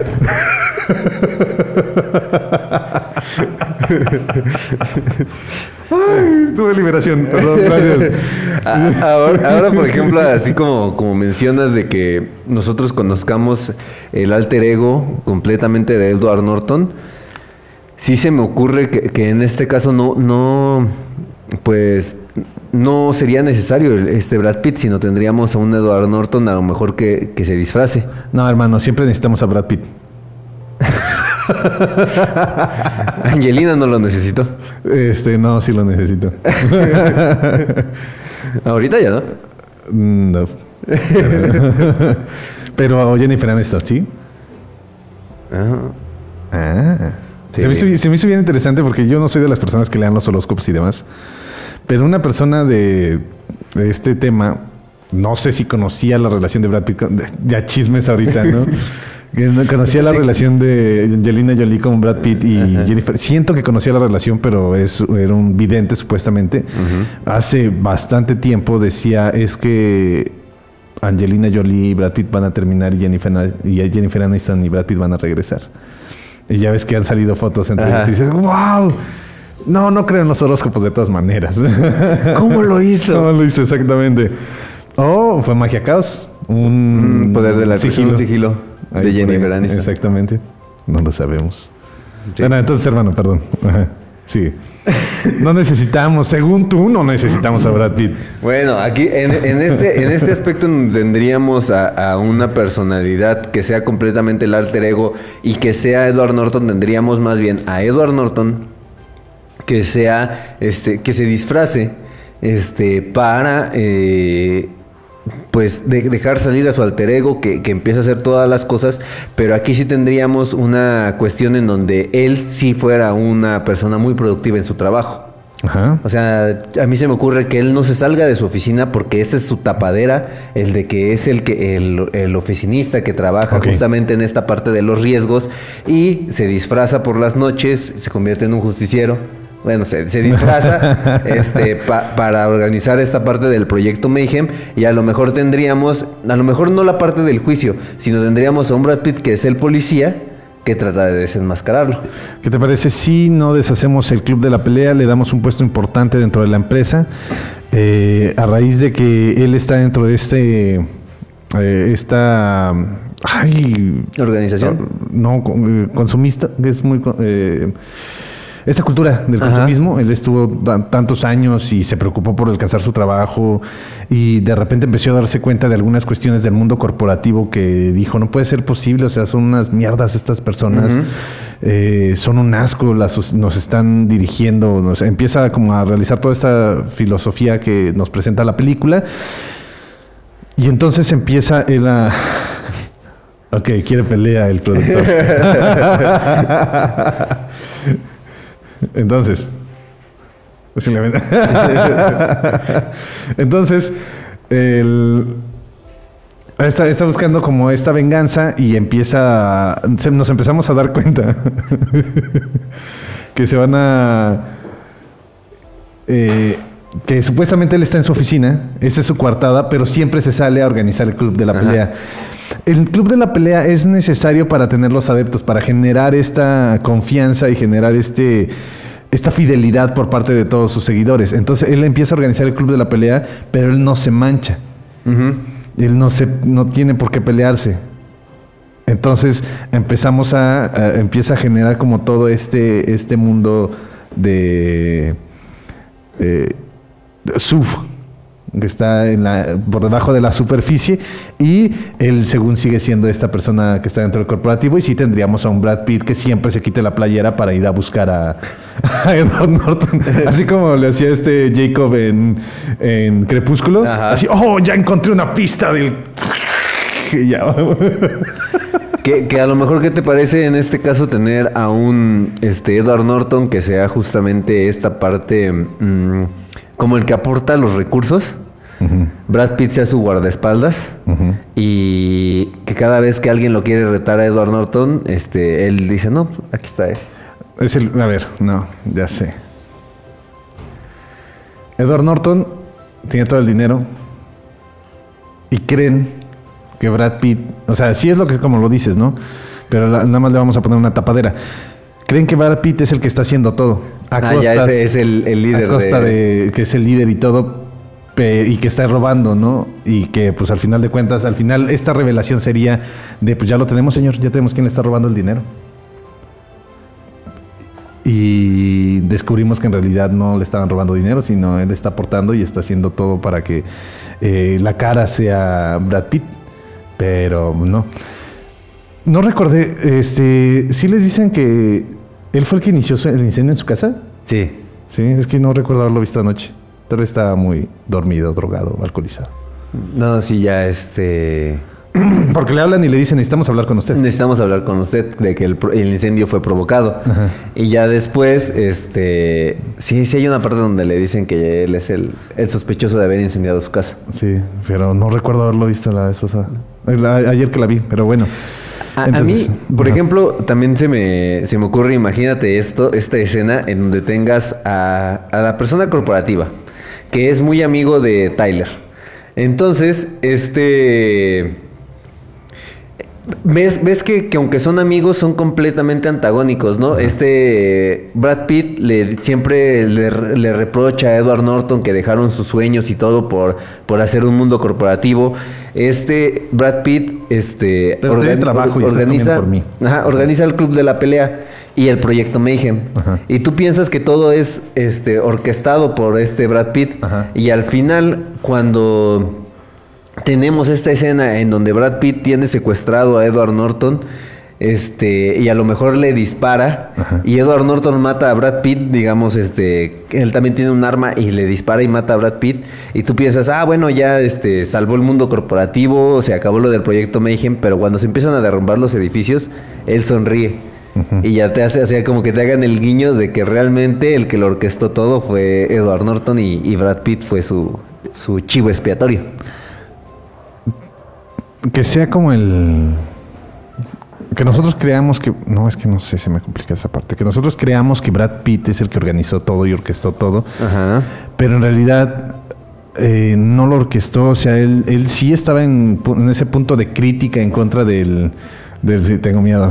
Ay, tuve liberación. Perdón, gracias. Ahora, ahora, por ejemplo, así como, como mencionas de que nosotros conozcamos el alter ego completamente de Edward Norton, sí se me ocurre que, que en este caso no, no, pues, no sería necesario este Brad Pitt, sino tendríamos a un Edward Norton a lo mejor que, que se disfrace. No, hermano, siempre necesitamos a Brad Pitt. Angelina no lo necesitó. Este, no, sí lo necesito. Ahorita ya no. No. Pero Jennifer Aniston, ¿sí? Ah. Ah. Sí. Se, me hizo, se me hizo bien interesante porque yo no soy de las personas que lean los horóscopos y demás. Pero una persona de, de este tema, no sé si conocía la relación de Brad Pitt. Con, ya chismes ahorita, ¿no? Conocía la sí. relación de Angelina Jolie con Brad Pitt y uh-huh. Jennifer. Siento que conocía la relación, pero es, era un vidente supuestamente. Uh-huh. Hace bastante tiempo decía, es que Angelina Jolie y Brad Pitt van a terminar y Jennifer, y Jennifer Aniston y Brad Pitt van a regresar. Y ya ves que han salido fotos entre ellos y dices, ¡wow! No, no creo en los horóscopos de todas maneras. ¿Cómo lo hizo? ¿Cómo lo hizo exactamente? Oh, fue Magia Caos. Un mm, poder de la sigilo. Un sigilo de Jennifer Aniston. Exactamente. No lo sabemos. Sí. Bueno, entonces, hermano, perdón. Ajá. Sí. No necesitamos, según tú, no necesitamos a Brad Pitt. Bueno, aquí en, en, este, en este aspecto tendríamos a, a una personalidad que sea completamente el alter ego y que sea Edward Norton. Tendríamos más bien a Edward Norton que sea, este, que se disfrace, este, para, eh, pues de, dejar salir a su alter ego que, que empieza a hacer todas las cosas, pero aquí sí tendríamos una cuestión en donde él sí fuera una persona muy productiva en su trabajo. Ajá. O sea, a mí se me ocurre que él no se salga de su oficina porque esa es su tapadera, el de que es el que el, el oficinista que trabaja okay. justamente en esta parte de los riesgos y se disfraza por las noches, se convierte en un justiciero. Bueno, se, se disfraza este, pa, para organizar esta parte del proyecto Mayhem y a lo mejor tendríamos, a lo mejor no la parte del juicio, sino tendríamos a un Brad Pitt que es el policía que trata de desenmascararlo. ¿Qué te parece si no deshacemos el club de la pelea, le damos un puesto importante dentro de la empresa? Eh, a raíz de que él está dentro de este, eh, esta... Ay, ¿organización? No, consumista, que es muy... Eh, esta cultura del Ajá. consumismo, él estuvo t- tantos años y se preocupó por alcanzar su trabajo y de repente empezó a darse cuenta de algunas cuestiones del mundo corporativo que dijo, no puede ser posible, o sea, son unas mierdas estas personas, uh-huh. eh, son un asco, las, nos están dirigiendo, nos, empieza como a realizar toda esta filosofía que nos presenta la película y entonces empieza él a... Ok, quiere pelea el productor. Entonces, entonces, el, está, está buscando como esta venganza y empieza, se, nos empezamos a dar cuenta que se van a, eh, que supuestamente él está en su oficina, esa es su coartada, pero siempre se sale a organizar el club de la Ajá. pelea. El club de la pelea es necesario para tener los adeptos, para generar esta confianza y generar este, esta fidelidad por parte de todos sus seguidores. Entonces él empieza a organizar el club de la pelea, pero él no se mancha. Uh-huh. Él no, se, no tiene por qué pelearse. Entonces empezamos a, a empieza a generar como todo este, este mundo de eh, sub que está en la, por debajo de la superficie y él según sigue siendo esta persona que está dentro del corporativo y sí tendríamos a un Brad Pitt que siempre se quite la playera para ir a buscar a, a Edward Norton, así como le hacía este Jacob en, en Crepúsculo. Ajá. Así, oh, ya encontré una pista del... ya. que, que a lo mejor, ¿qué te parece en este caso tener a un este Edward Norton que sea justamente esta parte mmm, como el que aporta los recursos? Uh-huh. Brad Pitt sea su guardaespaldas uh-huh. y que cada vez que alguien lo quiere retar a Edward Norton, este, él dice, no, aquí está él. Es el, a ver, no, ya sé. Edward Norton tiene todo el dinero y creen que Brad Pitt, o sea, sí es lo que como lo dices, ¿no? Pero la, nada más le vamos a poner una tapadera. Creen que Brad Pitt es el que está haciendo todo. A ah, costas, ya ese es el, el líder. A costa de... de... que es el líder y todo, pe, y que está robando, ¿no? Y que, pues, al final de cuentas, al final, esta revelación sería de, pues, ya lo tenemos, señor, ya tenemos quién le está robando el dinero. Y descubrimos que en realidad no le estaban robando dinero, sino él está aportando y está haciendo todo para que eh, la cara sea Brad Pitt. Pero no. No recordé, este, ¿sí les dicen que él fue el que inició el incendio en su casa? Sí. Sí, es que no recuerdo haberlo visto anoche. Tal vez estaba muy dormido, drogado, alcoholizado. No, sí, ya este... Porque le hablan y le dicen, necesitamos hablar con usted. Necesitamos hablar con usted de que el, el incendio fue provocado. Ajá. Y ya después, este... Sí, sí hay una parte donde le dicen que él es el, el sospechoso de haber incendiado su casa. Sí, pero no recuerdo haberlo visto la vez pasada. Ayer que la vi, pero bueno. A, Entonces, a mí, por ajá. ejemplo, también se me, se me ocurre, imagínate esto, esta escena en donde tengas a, a la persona corporativa, que es muy amigo de Tyler. Entonces, este... Ves, ves que, que aunque son amigos, son completamente antagónicos, ¿no? Uh-huh. Este eh, Brad Pitt le, siempre le, le reprocha a Edward Norton que dejaron sus sueños y todo por, por hacer un mundo corporativo. Este Brad Pitt este, organi- trabajo y organiza, por mí. Ajá, organiza el club de la pelea y el proyecto Mayhem. Uh-huh. Y tú piensas que todo es este, orquestado por este Brad Pitt. Uh-huh. Y al final, cuando... tenemos esta escena en donde Brad Pitt tiene secuestrado a Edward Norton, Este, y a lo mejor le dispara. Ajá. Y Edward Norton mata a Brad Pitt, digamos, este, él también tiene un arma y le dispara y mata a Brad Pitt. Y tú piensas, ah, bueno, ya este, salvó el mundo corporativo, se acabó lo del proyecto Mayhem, pero cuando se empiezan a derrumbar los edificios, él sonríe. Uh-huh. Y ya te hace, o sea, como que te hagan el guiño de que realmente el que lo orquestó todo fue Edward Norton y, y Brad Pitt fue su, su chivo expiatorio. Que sea como el... Que nosotros creamos que... No, es que no sé, se me complica esa parte. Que nosotros creamos que Brad Pitt es el que organizó todo y orquestó todo. Ajá. Pero en realidad eh, no lo orquestó. O sea, él, él sí estaba en, en ese punto de crítica en contra del... del sí, tengo miedo.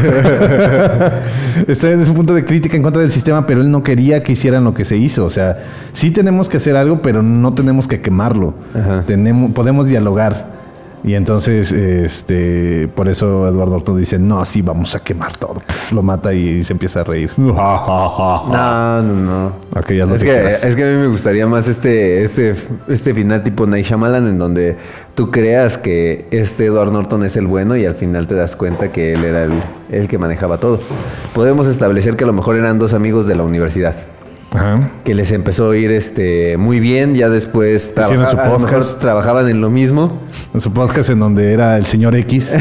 Está en ese punto de crítica en contra del sistema, pero él no quería que hicieran lo que se hizo. O sea, sí tenemos que hacer algo, pero no tenemos que quemarlo. Ajá. Tenemos, podemos dialogar. Y entonces, este, por eso Edward Norton dice, no, sí, vamos a quemar todo. Lo mata y se empieza a reír. No, no, no. Okay, ya lo es, que, es que a mí me gustaría más este, este, este final tipo Night Shyamalan, en donde tú creas que este Edward Norton es el bueno y al final te das cuenta que él era el, el que manejaba todo. Podemos establecer que a lo mejor eran dos amigos de la universidad. Ajá. Que les empezó a ir este, muy bien, ya después trabaja, su a lo mejor trabajaban en lo mismo. En su podcast en donde era el señor X.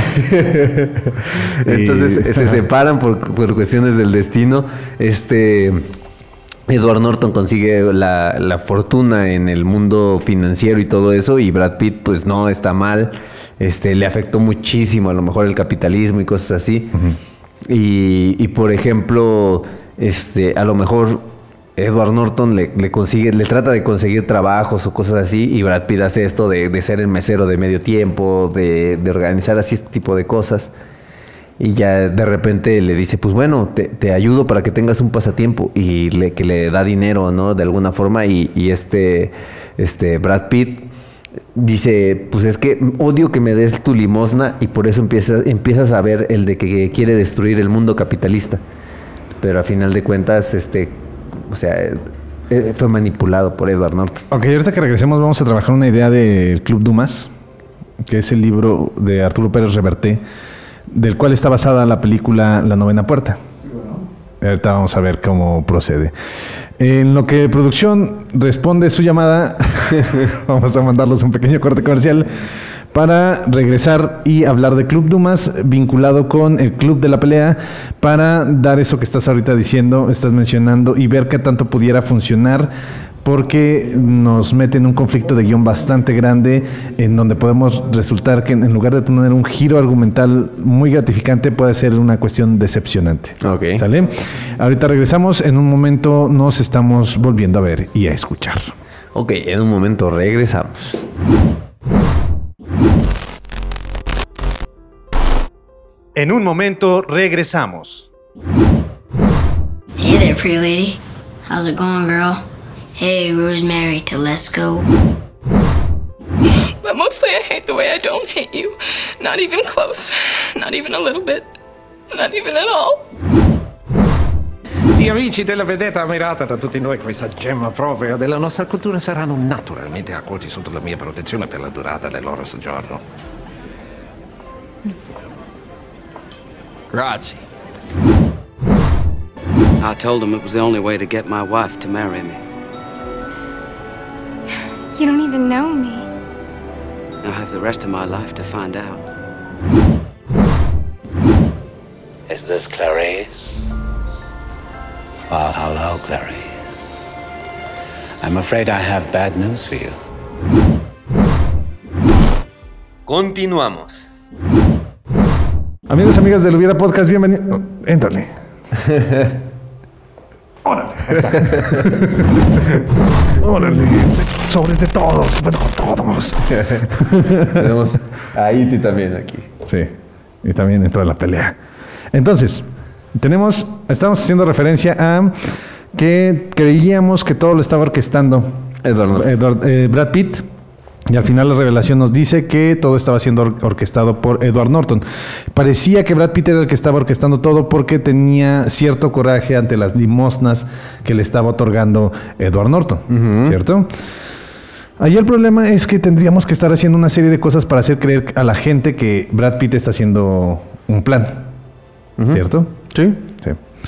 Entonces y... se separan por, por cuestiones del destino. Este Edward Norton consigue la, la fortuna en el mundo financiero y todo eso, y Brad Pitt pues no, está mal. Este, le afectó muchísimo a lo mejor el capitalismo y cosas así. Uh-huh. Y, y por ejemplo, este, a lo mejor Edward Norton le, le consigue, le trata de conseguir trabajos o cosas así, y Brad Pitt hace esto de, de ser el mesero de medio tiempo, de, de organizar así este tipo de cosas. Y ya de repente le dice, pues bueno, te, te ayudo para que tengas un pasatiempo, y le, que le da dinero, ¿no? De alguna forma, y, y este, este Brad Pitt dice, pues es que odio que me des tu limosna, y por eso empiezas, empiezas a ver el de que quiere destruir el mundo capitalista. Pero a final de cuentas, este... O sea, eh, fue manipulado por Edward Norton. Ok, ahorita que regresemos vamos a trabajar una idea del Club Dumas, que es el libro de Arturo Pérez Reverte, del cual está basada la película La Novena Puerta. Sí, bueno. Ahorita vamos a ver cómo procede. En lo que producción responde su llamada, vamos a mandarlos un pequeño corte comercial para regresar y hablar de Club Dumas vinculado con el Club de la Pelea, para dar eso que estás ahorita diciendo, estás mencionando, y ver qué tanto pudiera funcionar, porque nos mete en un conflicto de guión bastante grande, en donde podemos resultar que en lugar de tener un giro argumental muy gratificante, puede ser una cuestión decepcionante. Okay. ¿Sale? Ahorita regresamos, en un momento nos estamos volviendo a ver y a escuchar. Ok, en un momento regresamos. En un momento regresamos. Hey there, pretty lady. How's it going, girl? Hey, Rosemary Telesco. But mostly I hate the way I don't hate you. Not even close. Not even a little bit. Not even at all. Gli amici della vedetta ammirata da tutti noi, questa gemma propria della nostra cultura, saranno naturalmente accolti sotto la mia protezione per la durata del loro soggiorno. Grazie. I told him it was the only way to get my wife to marry me. You don't even know me. I have the rest of my life to find out. Is this Clarice? Well, hello, Clarice. I'm afraid I have bad news for you. Continuamos. Amigos, amigas del Hubiera Podcast, bienvenidos. Oh, éntrale. Órale. Órale. Sobres de todos. Bueno, todos. Tenemos a Iti también aquí. Sí. Y también entró a la pelea. Entonces, tenemos, estamos haciendo referencia a que creíamos que todo lo estaba orquestando Edward, Edward, eh, Brad Pitt. Y al final la revelación nos dice que todo estaba siendo or- orquestado por Edward Norton. Parecía que Brad Pitt era el que estaba orquestando todo porque tenía cierto coraje ante las limosnas que le estaba otorgando Edward Norton, uh-huh. ¿Cierto? Ahí el problema es que tendríamos que estar haciendo una serie de cosas para hacer creer a la gente que Brad Pitt está haciendo un plan. uh-huh. ¿Cierto? Sí. Sí.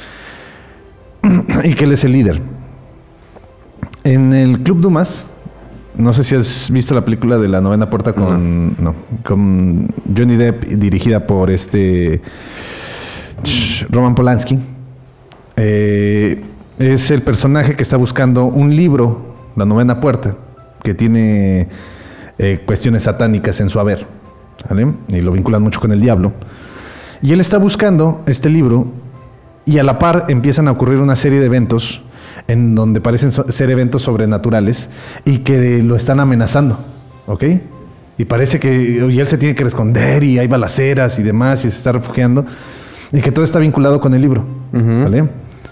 Y que él es el líder. En el Club Dumas, no sé si has visto la película de La Novena Puerta con, uh-huh. no, con Johnny Depp, dirigida por este Roman Polanski. Eh, es el personaje que está buscando un libro, La Novena Puerta, que tiene eh, cuestiones satánicas en su haber, ¿vale? Y lo vinculan mucho con el diablo. Y él está buscando este libro y a la par empiezan a ocurrir una serie de eventos en donde parecen so- ser eventos sobrenaturales y que lo están amenazando, ¿ok? Y parece que y él se tiene que esconder y hay balaceras y demás y se está refugiando y que todo está vinculado con el libro, uh-huh. ¿vale?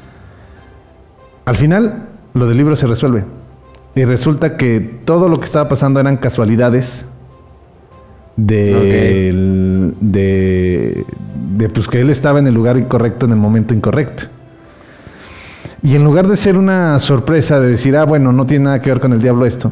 Al final, lo del libro se resuelve y resulta que todo lo que estaba pasando eran casualidades de, okay. el, de, de pues que él estaba en el lugar incorrecto en el momento incorrecto. Y en lugar de ser una sorpresa de decir, ah, bueno, no tiene nada que ver con el diablo esto,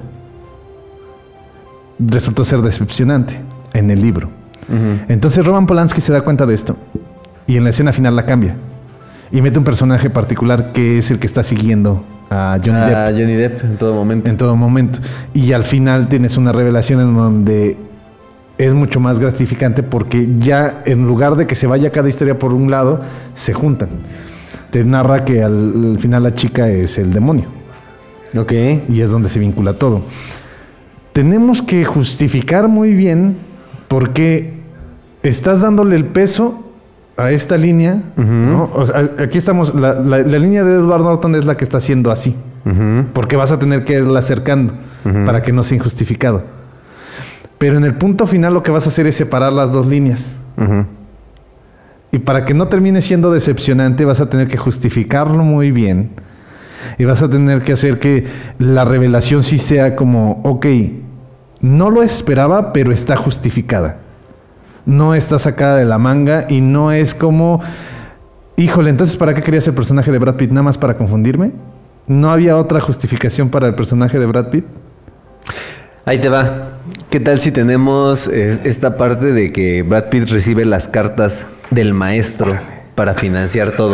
resultó ser decepcionante en el libro. Uh-huh. Entonces Roman Polanski se da cuenta de esto y en la escena final la cambia y mete un personaje particular que es el que está siguiendo a Johnny a Depp. A Johnny Depp en todo momento. En todo momento. Y al final tienes una revelación en donde es mucho más gratificante porque ya en lugar de que se vaya cada historia por un lado, se juntan. Te narra que al, al final la chica es el demonio. Ok. Y es donde se vincula todo. Tenemos que justificar muy bien por qué estás dándole el peso a esta línea, uh-huh. ¿no? O sea, aquí estamos, la, la, la línea de Edward Norton es la que está haciendo así. Uh-huh. Porque vas a tener que irla acercando uh-huh. para que no sea injustificado. Pero en el punto final lo que vas a hacer es separar las dos líneas. Uh-huh. Y para que no termine siendo decepcionante, vas a tener que justificarlo muy bien. Y vas a tener que hacer que la revelación sí sea como, ok, no lo esperaba, pero está justificada. No está sacada de la manga y no es como, híjole, entonces ¿para qué querías el personaje de Brad Pitt? ¿Nada más para confundirme? ¿No había otra justificación para el personaje de Brad Pitt? Ahí te va. ¿Qué tal si tenemos eh, esta parte de que Brad Pitt recibe las cartas del maestro para financiar todo?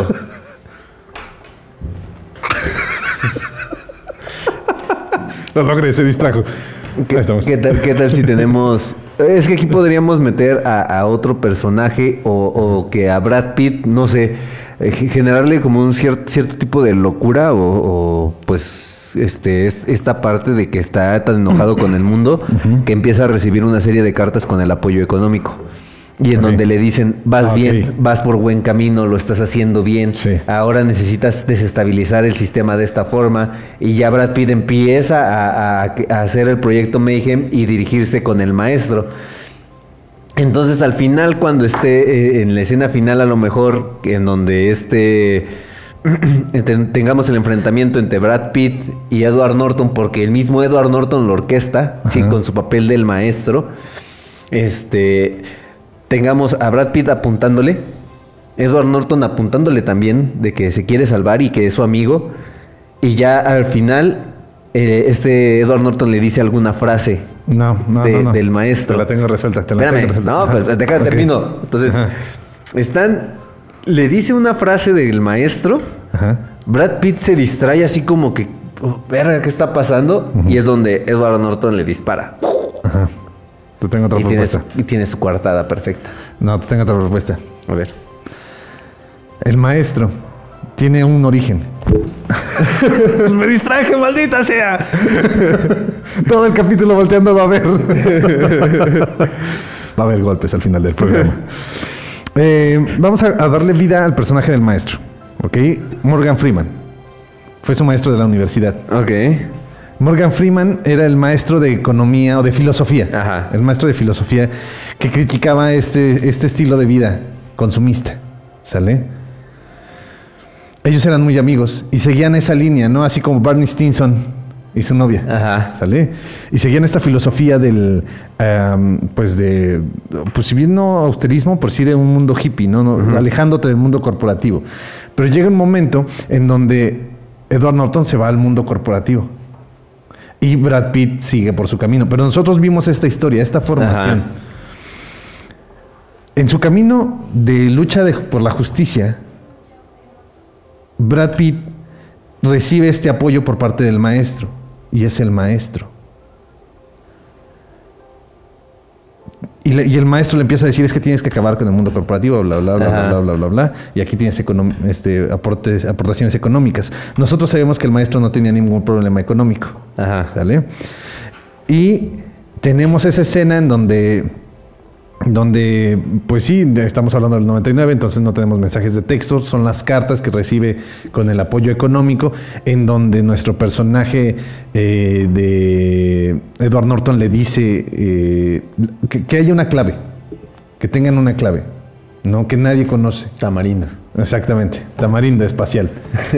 Lo logré, se distrajo. ¿Qué, ¿qué, tal, ¿Qué tal si tenemos...? Es que aquí podríamos meter a, a otro personaje o, o que a Brad Pitt, no sé, eh, generarle como un cier- cierto tipo de locura o, o pues este es, esta parte de que está tan enojado con el mundo uh-huh. que empieza a recibir una serie de cartas con el apoyo económico. Y en okay. donde le dicen, vas okay. bien, vas por buen camino, lo estás haciendo bien, sí. ahora necesitas desestabilizar el sistema de esta forma. Y ya Brad Pitt empieza a, a, a hacer el proyecto Mayhem y dirigirse con el maestro. Entonces al final, cuando esté eh, en la escena final, a lo mejor en donde este tengamos el enfrentamiento entre Brad Pitt y Edward Norton, porque el mismo Edward Norton lo orquesta, ¿sí? Con su papel del maestro, este... tengamos a Brad Pitt apuntándole, Edward Norton apuntándole también de que se quiere salvar y que es su amigo, y ya al final eh, este Edward Norton le dice alguna frase no, no, de, no, no. del maestro. Te la tengo resuelta, te la Espérame, tengo resuelta. no, Ajá. pues déjame okay. termino. Entonces, Ajá. están, le dice una frase del maestro, Ajá. Brad Pitt se distrae así como que, oh, verga, ¿qué está pasando? Uh-huh. Y es donde Edward Norton le dispara. Ajá. Te tengo otra y propuesta. Tiene su, y tiene su coartada perfecta. No, te tengo otra propuesta. A ver. El maestro tiene un origen. Me distraje, maldita sea. Todo el capítulo volteando va a ver. Va a haber golpes al final del programa. eh, vamos a, a darle vida al personaje del maestro. ¿Ok? Morgan Freeman. Fue su maestro de la universidad. Ok. Morgan Freeman era el maestro de economía o de filosofía. Ajá. El maestro de filosofía que criticaba este, este estilo de vida consumista. ¿Sale? Ellos eran muy amigos y seguían esa línea, ¿no? Así como Barney Stinson y su novia. Ajá. ¿Sale? Y seguían esta filosofía del, um, pues de, pues si bien no austerismo, por sí de un mundo hippie, ¿no? no uh-huh. Alejándote del mundo corporativo. Pero llega un momento en donde Edward Norton se va al mundo corporativo. Y Brad Pitt sigue por su camino. Pero nosotros vimos esta historia, esta formación. Ajá. En su camino de lucha de, por la justicia, Brad Pitt recibe este apoyo por parte del maestro, y es el maestro. Y, le, y el maestro le empieza a decir, es que tienes que acabar con el mundo corporativo, bla, bla, bla, bla, bla, bla, bla, bla, y aquí tienes econom- este, aportes, aportaciones económicas. Nosotros sabemos que el maestro no tenía ningún problema económico. Ajá. ¿Vale? Y tenemos esa escena en donde... donde, pues sí, estamos hablando del noventa y nueve, entonces no tenemos mensajes de texto, son las cartas que recibe con el apoyo económico, en donde nuestro personaje eh, de Edward Norton le dice eh, que, que haya una clave, que tengan una clave, no que nadie conoce. Tamarindo. Exactamente, tamarindo espacial.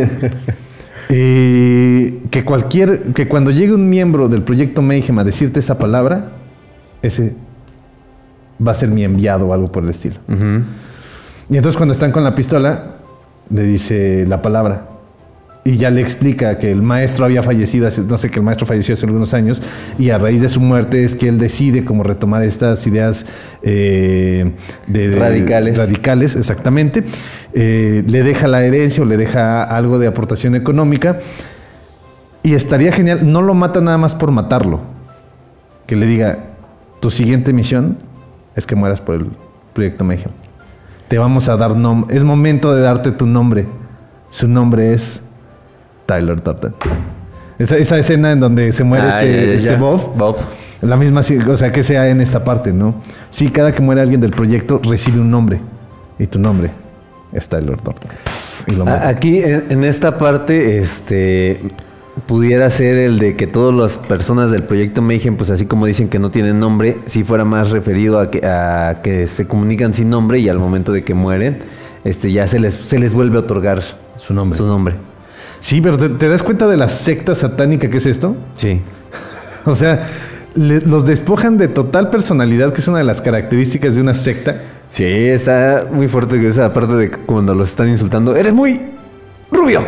eh, que cualquier, que cuando llegue un miembro del proyecto Mayhem a decirte esa palabra, ese va a ser mi enviado o algo por el estilo. Uh-huh. Y entonces cuando están con la pistola, le dice la palabra. Y ya le explica que el maestro había fallecido, hace, no sé, que el maestro falleció hace algunos años, y a raíz de su muerte es que él decide como retomar estas ideas eh, de, de, radicales. radicales, exactamente. Eh, le deja la herencia o le deja algo de aportación económica. Y estaría genial, no lo mata nada más por matarlo. Que le diga, tu siguiente misión es que mueras por el proyecto Mayhem. Te vamos a dar nombre. Es momento de darte tu nombre. Su nombre es Tyler Durden. Esa, esa escena en donde se muere ah, este, ya, ya, este ya. Bob. Bob. La misma, o sea, que sea en esta parte, ¿no? Sí, cada que muere alguien del proyecto recibe un nombre. Y tu nombre es Tyler Durden. Y lo mata. Aquí, en, en esta parte, este... pudiera ser el de que todas las personas del proyecto Mayhem, pues así como dicen que no tienen nombre, si fuera más referido a que, a que se comunican sin nombre y al momento de que mueren, este ya se les, se les vuelve a otorgar su nombre. Su nombre. Sí, pero ¿te, te das cuenta de la secta satánica que es esto? Sí. O sea, le, los despojan de total personalidad, que es una de las características de una secta. Sí, está muy fuerte esa parte de cuando los están insultando. ¡Eres muy rubio!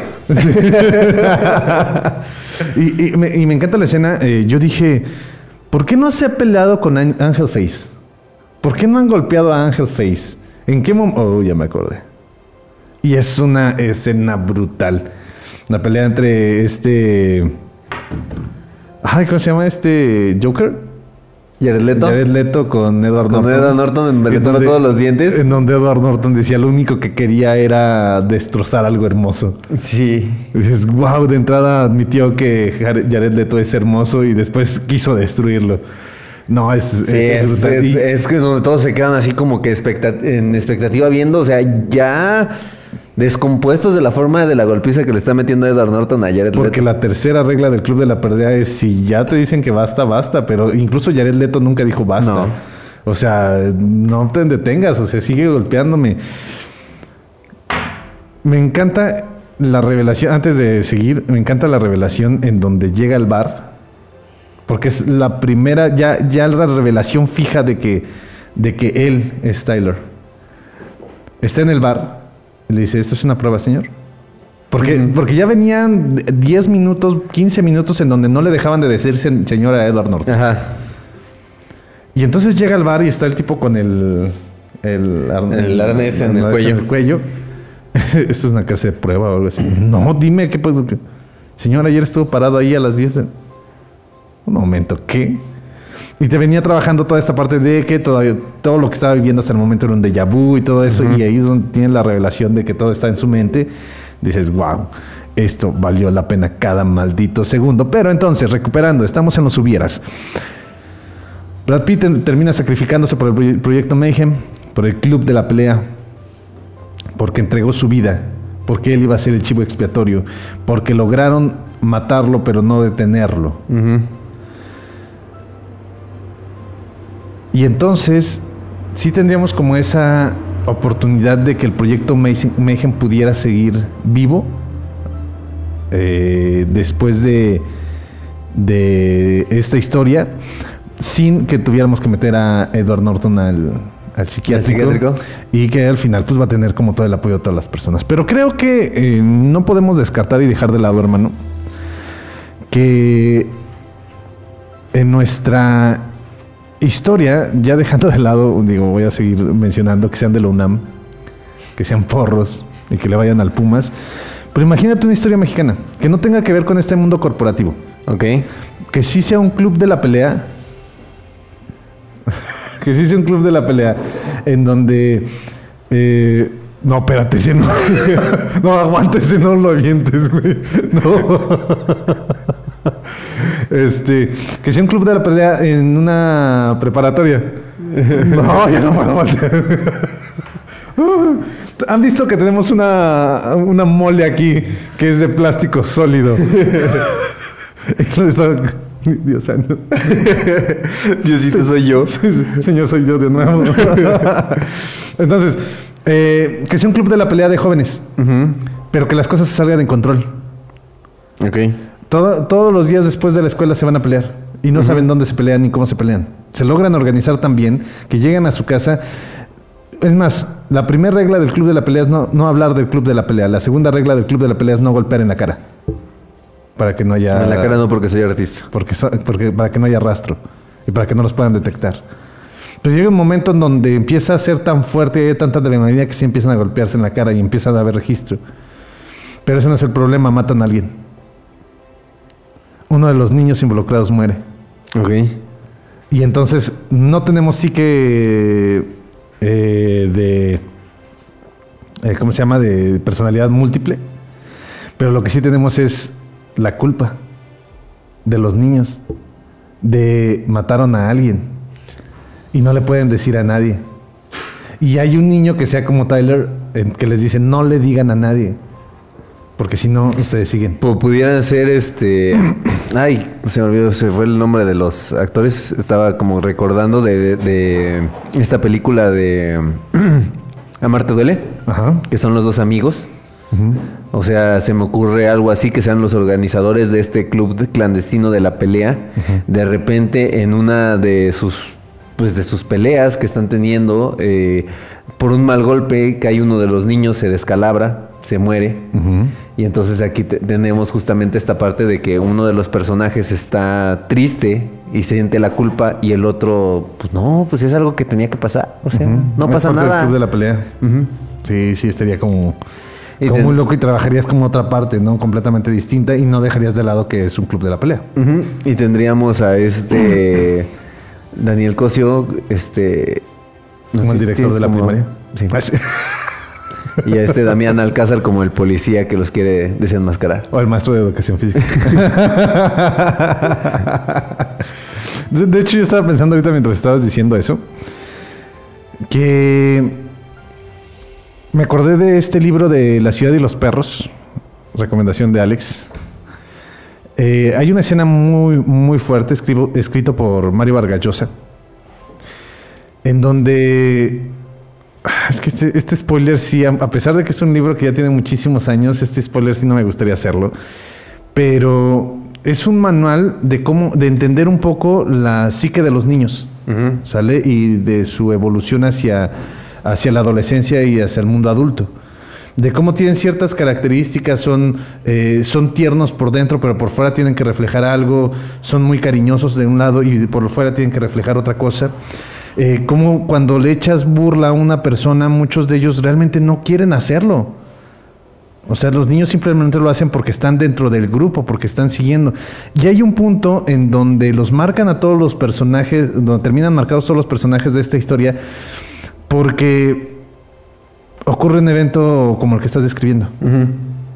y, y, me, y me encanta la escena. Eh, yo dije, ¿por qué no se ha peleado con Angel Face? ¿Por qué no han golpeado a Angel Face? ¿En qué momento? Oh, ya me acordé. Y es una escena brutal. La pelea entre este... Ay, ¿cómo se llama este Joker? Jared Leto. Jared Leto con Edward con Norton. Con Edward Norton envenenando todos los dientes. En donde Edward Norton decía lo único que quería era destrozar algo hermoso. Sí. Y dices, wow, de entrada admitió que Jared Leto es hermoso y después quiso destruirlo. No, es... Sí, es, es, es, y, es que donde todos se quedan así como que expectat- en expectativa viendo, o sea, ya descompuestos de la forma de la golpiza que le está metiendo Edward Norton a Jared Leto. Porque la tercera regla del Club de la Pelea es si ya te dicen que basta, basta. Pero incluso Jared Leto nunca dijo basta. No. O sea, no te detengas, o sea, sigue golpeándome. Me encanta la revelación, antes de seguir, me encanta la revelación en donde llega al bar. Porque es la primera, ya, ya la revelación fija de que, de que él es Tyler. Está en el bar. Le dice, ¿esto es una prueba, señor? Porque, uh-huh. porque ya venían diez minutos, quince minutos en donde no le dejaban de decir señor a Edward Norton. Ajá. Y entonces llega al bar y está el tipo con el... El, el, el arnés en el, el cuello. En el cuello. ¿Esto es una casa de prueba o algo así? No, dime, ¿qué pasa? Señor, ayer estuvo parado ahí a las diez. De... Un momento, ¿qué? Y te venía trabajando toda esta parte de que todavía, todo lo que estaba viviendo hasta el momento era un déjà vu y todo eso. Uh-huh. Y ahí es donde tienes la revelación de que todo está en su mente. Dices, wow, esto valió la pena cada maldito segundo. Pero entonces, recuperando, estamos en los hubieras. Brad Pitt termina sacrificándose por el proyecto Mayhem, por el Club de la Pelea, porque entregó su vida, porque él iba a ser el chivo expiatorio, porque lograron matarlo pero no detenerlo. Uh-huh. Y entonces sí tendríamos como esa oportunidad de que el proyecto Mayhem pudiera seguir vivo eh, después de, de esta historia, sin que tuviéramos que meter a Edward Norton al, al psiquiátrico, ¿El psiquiátrico? Y que al final pues va a tener como todo el apoyo de todas las personas. Pero creo que eh, no podemos descartar y dejar de lado, hermano, que en nuestra historia, ya dejando de lado, digo, voy a seguir mencionando que sean de la UNAM, que sean porros y que le vayan al Pumas. Pero imagínate una historia mexicana que no tenga que ver con este mundo corporativo. Ok. Que sí sea un club de la pelea. que sí sea un club de la pelea en donde... Eh, no, espérate, ese no. no, aguanta, ese no lo avientes, güey. No. Este, que sea un club de la pelea en una preparatoria. No, ya no puedo aguantar. ¿Han visto que tenemos una, una mole aquí que es de plástico sólido? Dios santo. Diosito, soy yo. Señor, soy yo de nuevo. Entonces, eh, que sea un club de la pelea de jóvenes, uh-huh. pero que las cosas se salgan de control. Ok. Todo, todos los días después de la escuela se van a pelear y no uh-huh. saben dónde se pelean ni cómo se pelean. Se logran organizar tan bien que llegan a su casa. Es más, la primera regla del club de la pelea es no, no hablar del club de la pelea. La segunda regla del club de la pelea es no golpear en la cara. Para que no haya... En la cara no, porque soy artista. Porque, porque para que no haya rastro y para que no los puedan detectar. Pero llega un momento en donde empieza a ser tan fuerte y hay tanta adrenalina que sí empiezan a golpearse en la cara y empiezan a haber registro. Pero ese no es el problema, matan a alguien. Uno de los niños involucrados muere. Ok. Y entonces no tenemos psique eh, de... Eh, ¿Cómo se llama? De personalidad múltiple. Pero lo que sí tenemos es la culpa de los niños. De mataron a alguien. Y no le pueden decir a nadie. Y hay un niño que sea como Tyler, eh, que les dice, no le digan a nadie. Porque si no, ustedes siguen. P- pudieran ser este... Ay, se me olvidó, se fue el nombre de los actores. Estaba como recordando de, de, de esta película de... Amarte duele. Ajá. Que son los dos amigos. Uh-huh. O sea, se me ocurre algo así, que sean los organizadores de este club de clandestino de la pelea. Uh-huh. De repente, en una de sus... pues de sus peleas que están teniendo, eh, por un mal golpe cae uno de los niños, se descalabra, se muere. Uh-huh. Y entonces aquí te, tenemos justamente esta parte de que uno de los personajes está triste y siente la culpa, y el otro, pues no, pues es algo que tenía que pasar. O sea, uh-huh. no es pasa parte nada. Del club de la pelea. Uh-huh. Sí, sí, estaría como, como te... muy loco, y trabajarías como otra parte, ¿no? Completamente distinta, y no dejarías de lado que es un club de la pelea. Uh-huh. Y tendríamos a este... Daniel Cosio, este... No como sé, el director sí, de la como, primaria. Sí. Y a este Damián Alcázar como el policía que los quiere desenmascarar. O el maestro de educación física. De hecho, yo estaba pensando ahorita mientras estabas diciendo eso, que me acordé de este libro de La ciudad y los perros, recomendación de Alex. Eh, hay una escena muy, muy fuerte, escribo, escrito por Mario Vargas Llosa, en donde... Es que este, este spoiler sí, a, a pesar de que es un libro que ya tiene muchísimos años, este spoiler sí no me gustaría hacerlo, pero es un manual de cómo, de entender un poco la psique de los niños, uh-huh. ¿sale? Y de su evolución hacia, hacia la adolescencia y hacia el mundo adulto. De cómo tienen ciertas características, son, eh, son tiernos por dentro, pero por fuera tienen que reflejar algo, son muy cariñosos de un lado y por fuera tienen que reflejar otra cosa. Eh, como cuando le echas burla a una persona, muchos de ellos realmente no quieren hacerlo. O sea, los niños simplemente lo hacen porque están dentro del grupo, porque están siguiendo. Y hay un punto en donde los marcan a todos los personajes, donde terminan marcados todos los personajes de esta historia, porque ocurre un evento como el que estás describiendo. Uh-huh.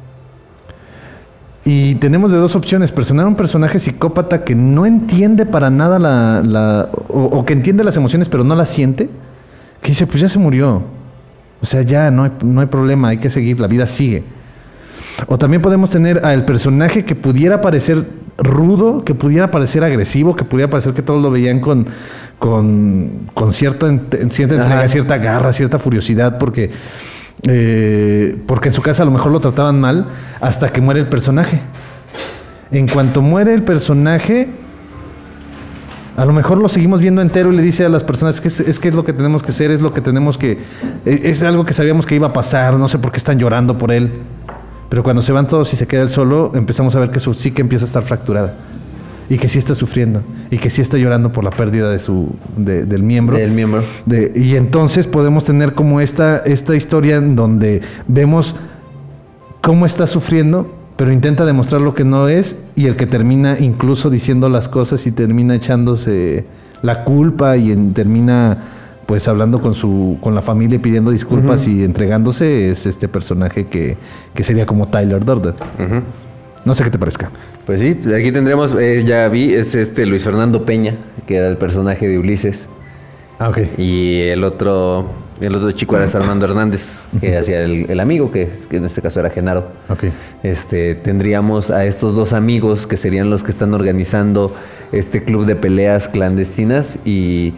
Y tenemos de dos opciones: personar un personaje psicópata que no entiende para nada la... la o, o que entiende las emociones pero no las siente, que dice, pues ya se murió. O sea, ya no hay, no hay problema, hay que seguir, la vida sigue. O también podemos tener al personaje que pudiera parecer rudo, que pudiera parecer agresivo, que pudiera parecer que todos lo veían con, con, con cierta, cierta entrega, cierta garra, cierta furiosidad, porque... Eh, porque en su casa a lo mejor lo trataban mal hasta que muere el personaje. En cuanto muere el personaje, a lo mejor lo seguimos viendo entero y le dice a las personas que es, es que es lo que tenemos que ser, es lo que tenemos que, es algo que sabíamos que iba a pasar, no sé por qué están llorando por él. Pero cuando se van todos y se queda él solo, empezamos a ver que su psique empieza a estar fracturada. y que sí está sufriendo y que sí está llorando por la pérdida de su de, del miembro. Del miembro. De, y entonces podemos tener como esta, esta historia en donde vemos cómo está sufriendo, pero intenta demostrar lo que no es, y el que termina incluso diciendo las cosas y termina echándose la culpa y en, termina pues hablando con su con la familia y pidiendo disculpas uh-huh. y entregándose, es este personaje que, que sería como Tyler Durden. Uh-huh. No sé qué te parezca. Pues sí, aquí tendremos, eh, ya vi, es este Luis Fernando Peña, que era el personaje de Ulises. Ah, ok. Y el otro, el otro chico era Armando Hernández, que uh-huh. hacía el, el amigo, que, que en este caso era Genaro. Okay. Este, tendríamos a estos dos amigos, que serían los que están organizando este club de peleas clandestinas. Y,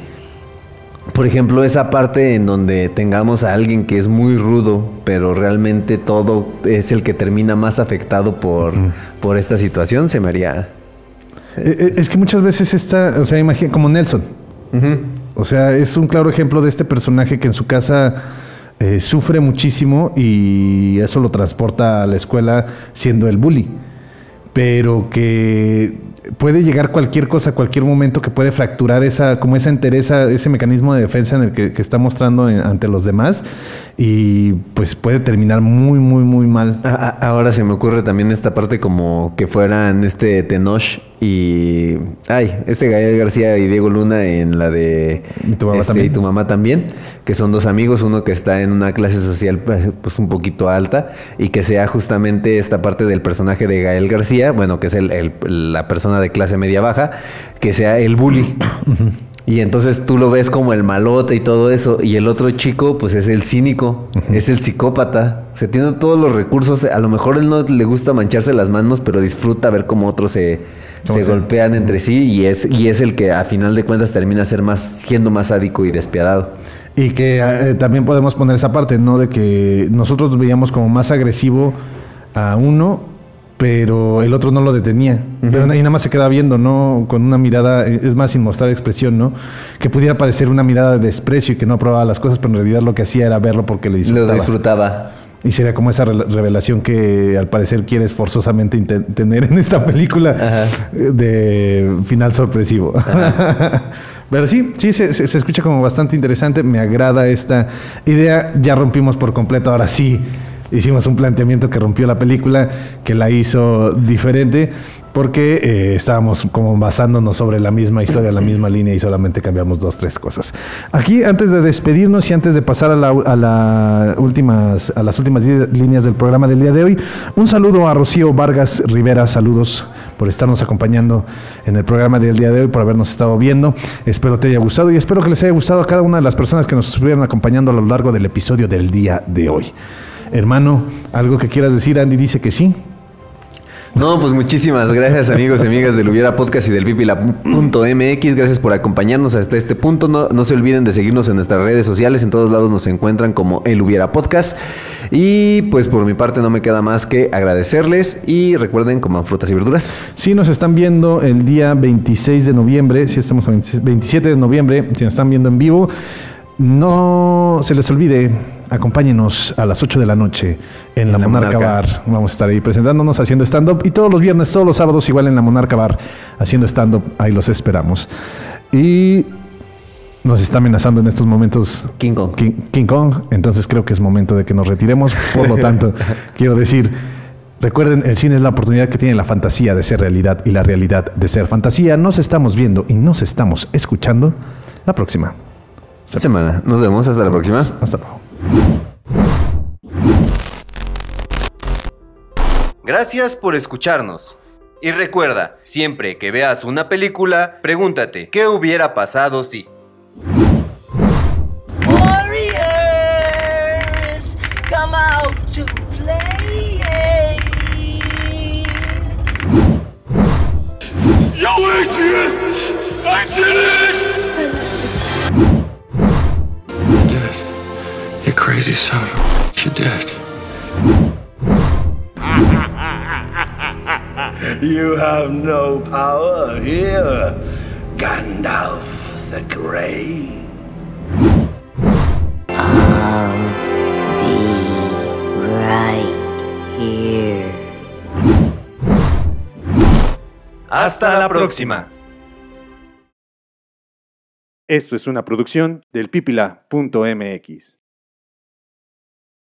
por ejemplo, esa parte en donde tengamos a alguien que es muy rudo, pero realmente todo es el que termina más afectado por, uh-huh. por esta situación, se me haría... Eh, es que muchas veces está, o sea, imagina, como Nelson. Uh-huh. O sea, es un claro ejemplo de este personaje que en su casa eh, sufre muchísimo y eso lo transporta a la escuela siendo el bully. Pero que puede llegar cualquier cosa, cualquier momento que puede fracturar esa, como esa entereza, ese mecanismo de defensa en el que, que está mostrando en, ante los demás, y pues puede terminar muy, muy, muy mal. Ah, ahora se me ocurre también esta parte como que fueran este Tenoch y ay, este Gael García y Diego Luna en la de ¿Y tu mamá este, también? Y tu mamá también, que son dos amigos, uno que está en una clase social pues un poquito alta, y que sea justamente esta parte del personaje de Gael García, bueno, que es el, el, la persona de clase media baja, que sea el bully. Uh-huh. Y entonces tú lo ves como el malote y todo eso, y el otro chico pues es el cínico, uh-huh. es el psicópata. O sea, tiene todos los recursos. A lo mejor él no le gusta mancharse las manos, pero disfruta ver cómo otros se, se golpean entre sí, y es, y es el que a final de cuentas termina ser más, siendo más sádico y despiadado. Y que eh, también podemos poner esa parte, ¿no? De que nosotros veíamos como más agresivo a uno, pero el otro no lo detenía. Uh-huh. Pero y nada más se queda viendo, ¿no? Con una mirada, es más, sin mostrar expresión, ¿no? Que pudiera parecer una mirada de desprecio y que no aprobaba las cosas, pero en realidad lo que hacía era verlo porque le disfrutaba. Lo disfrutaba. Y sería como esa re- revelación que al parecer quieres forzosamente inten- tener en esta película. Ajá. De final sorpresivo. Pero sí, sí, se, se, se escucha como bastante interesante. Me agrada esta idea. Ya rompimos por completo, ahora sí. Hicimos un planteamiento que rompió la película, que la hizo diferente, porque eh, estábamos como basándonos sobre la misma historia, la misma línea, y solamente cambiamos dos, tres cosas. Aquí, antes de despedirnos y antes de pasar a, la, a, la últimas, a las últimas líneas del programa del día de hoy, un saludo a Rocío Vargas Rivera. Saludos por estarnos acompañando en el programa del día de hoy, por habernos estado viendo. Espero te haya gustado y espero que les haya gustado a cada una de las personas que nos estuvieron acompañando a lo largo del episodio del día de hoy. Hermano, ¿algo que quieras decir? Andy dice que sí. No, pues muchísimas gracias, amigos y amigas del Hubiera Podcast y del Pipila punto M X. Gracias por acompañarnos hasta este punto. No, no se olviden de seguirnos en nuestras redes sociales. En todos lados nos encuentran como El Hubiera Podcast. Y pues por mi parte no me queda más que agradecerles. Y recuerden, coman frutas y verduras. Sí, nos están viendo el día veintiséis de noviembre. Sí, estamos a veintisiete de noviembre. Si nos están viendo en vivo, no se les olvide, acompáñenos a las ocho de la noche en, en la, la Monarca, Monarca Bar. Vamos a estar ahí presentándonos, haciendo stand-up. Y todos los viernes, todos los sábados, igual en la Monarca Bar, haciendo stand-up. Ahí los esperamos. Y nos está amenazando en estos momentos King Kong. King, King Kong. Entonces creo que es momento de que nos retiremos. Por lo tanto, quiero decir, recuerden, el cine es la oportunidad que tiene la fantasía de ser realidad y la realidad de ser fantasía. Nos estamos viendo y nos estamos escuchando la próxima semana. Nos vemos. Hasta la próxima. Hasta luego. Gracias por escucharnos. Y recuerda, siempre que veas una película, pregúntate, ¿qué hubiera pasado si? Warriors, come out to play. Yo, Adrian! I did it! You crazy son of a bitch, you're dead. You have no power here, Gandalf the Grey. I'll be right here. Hasta la próxima. Esto es una producción del pipila punto m x.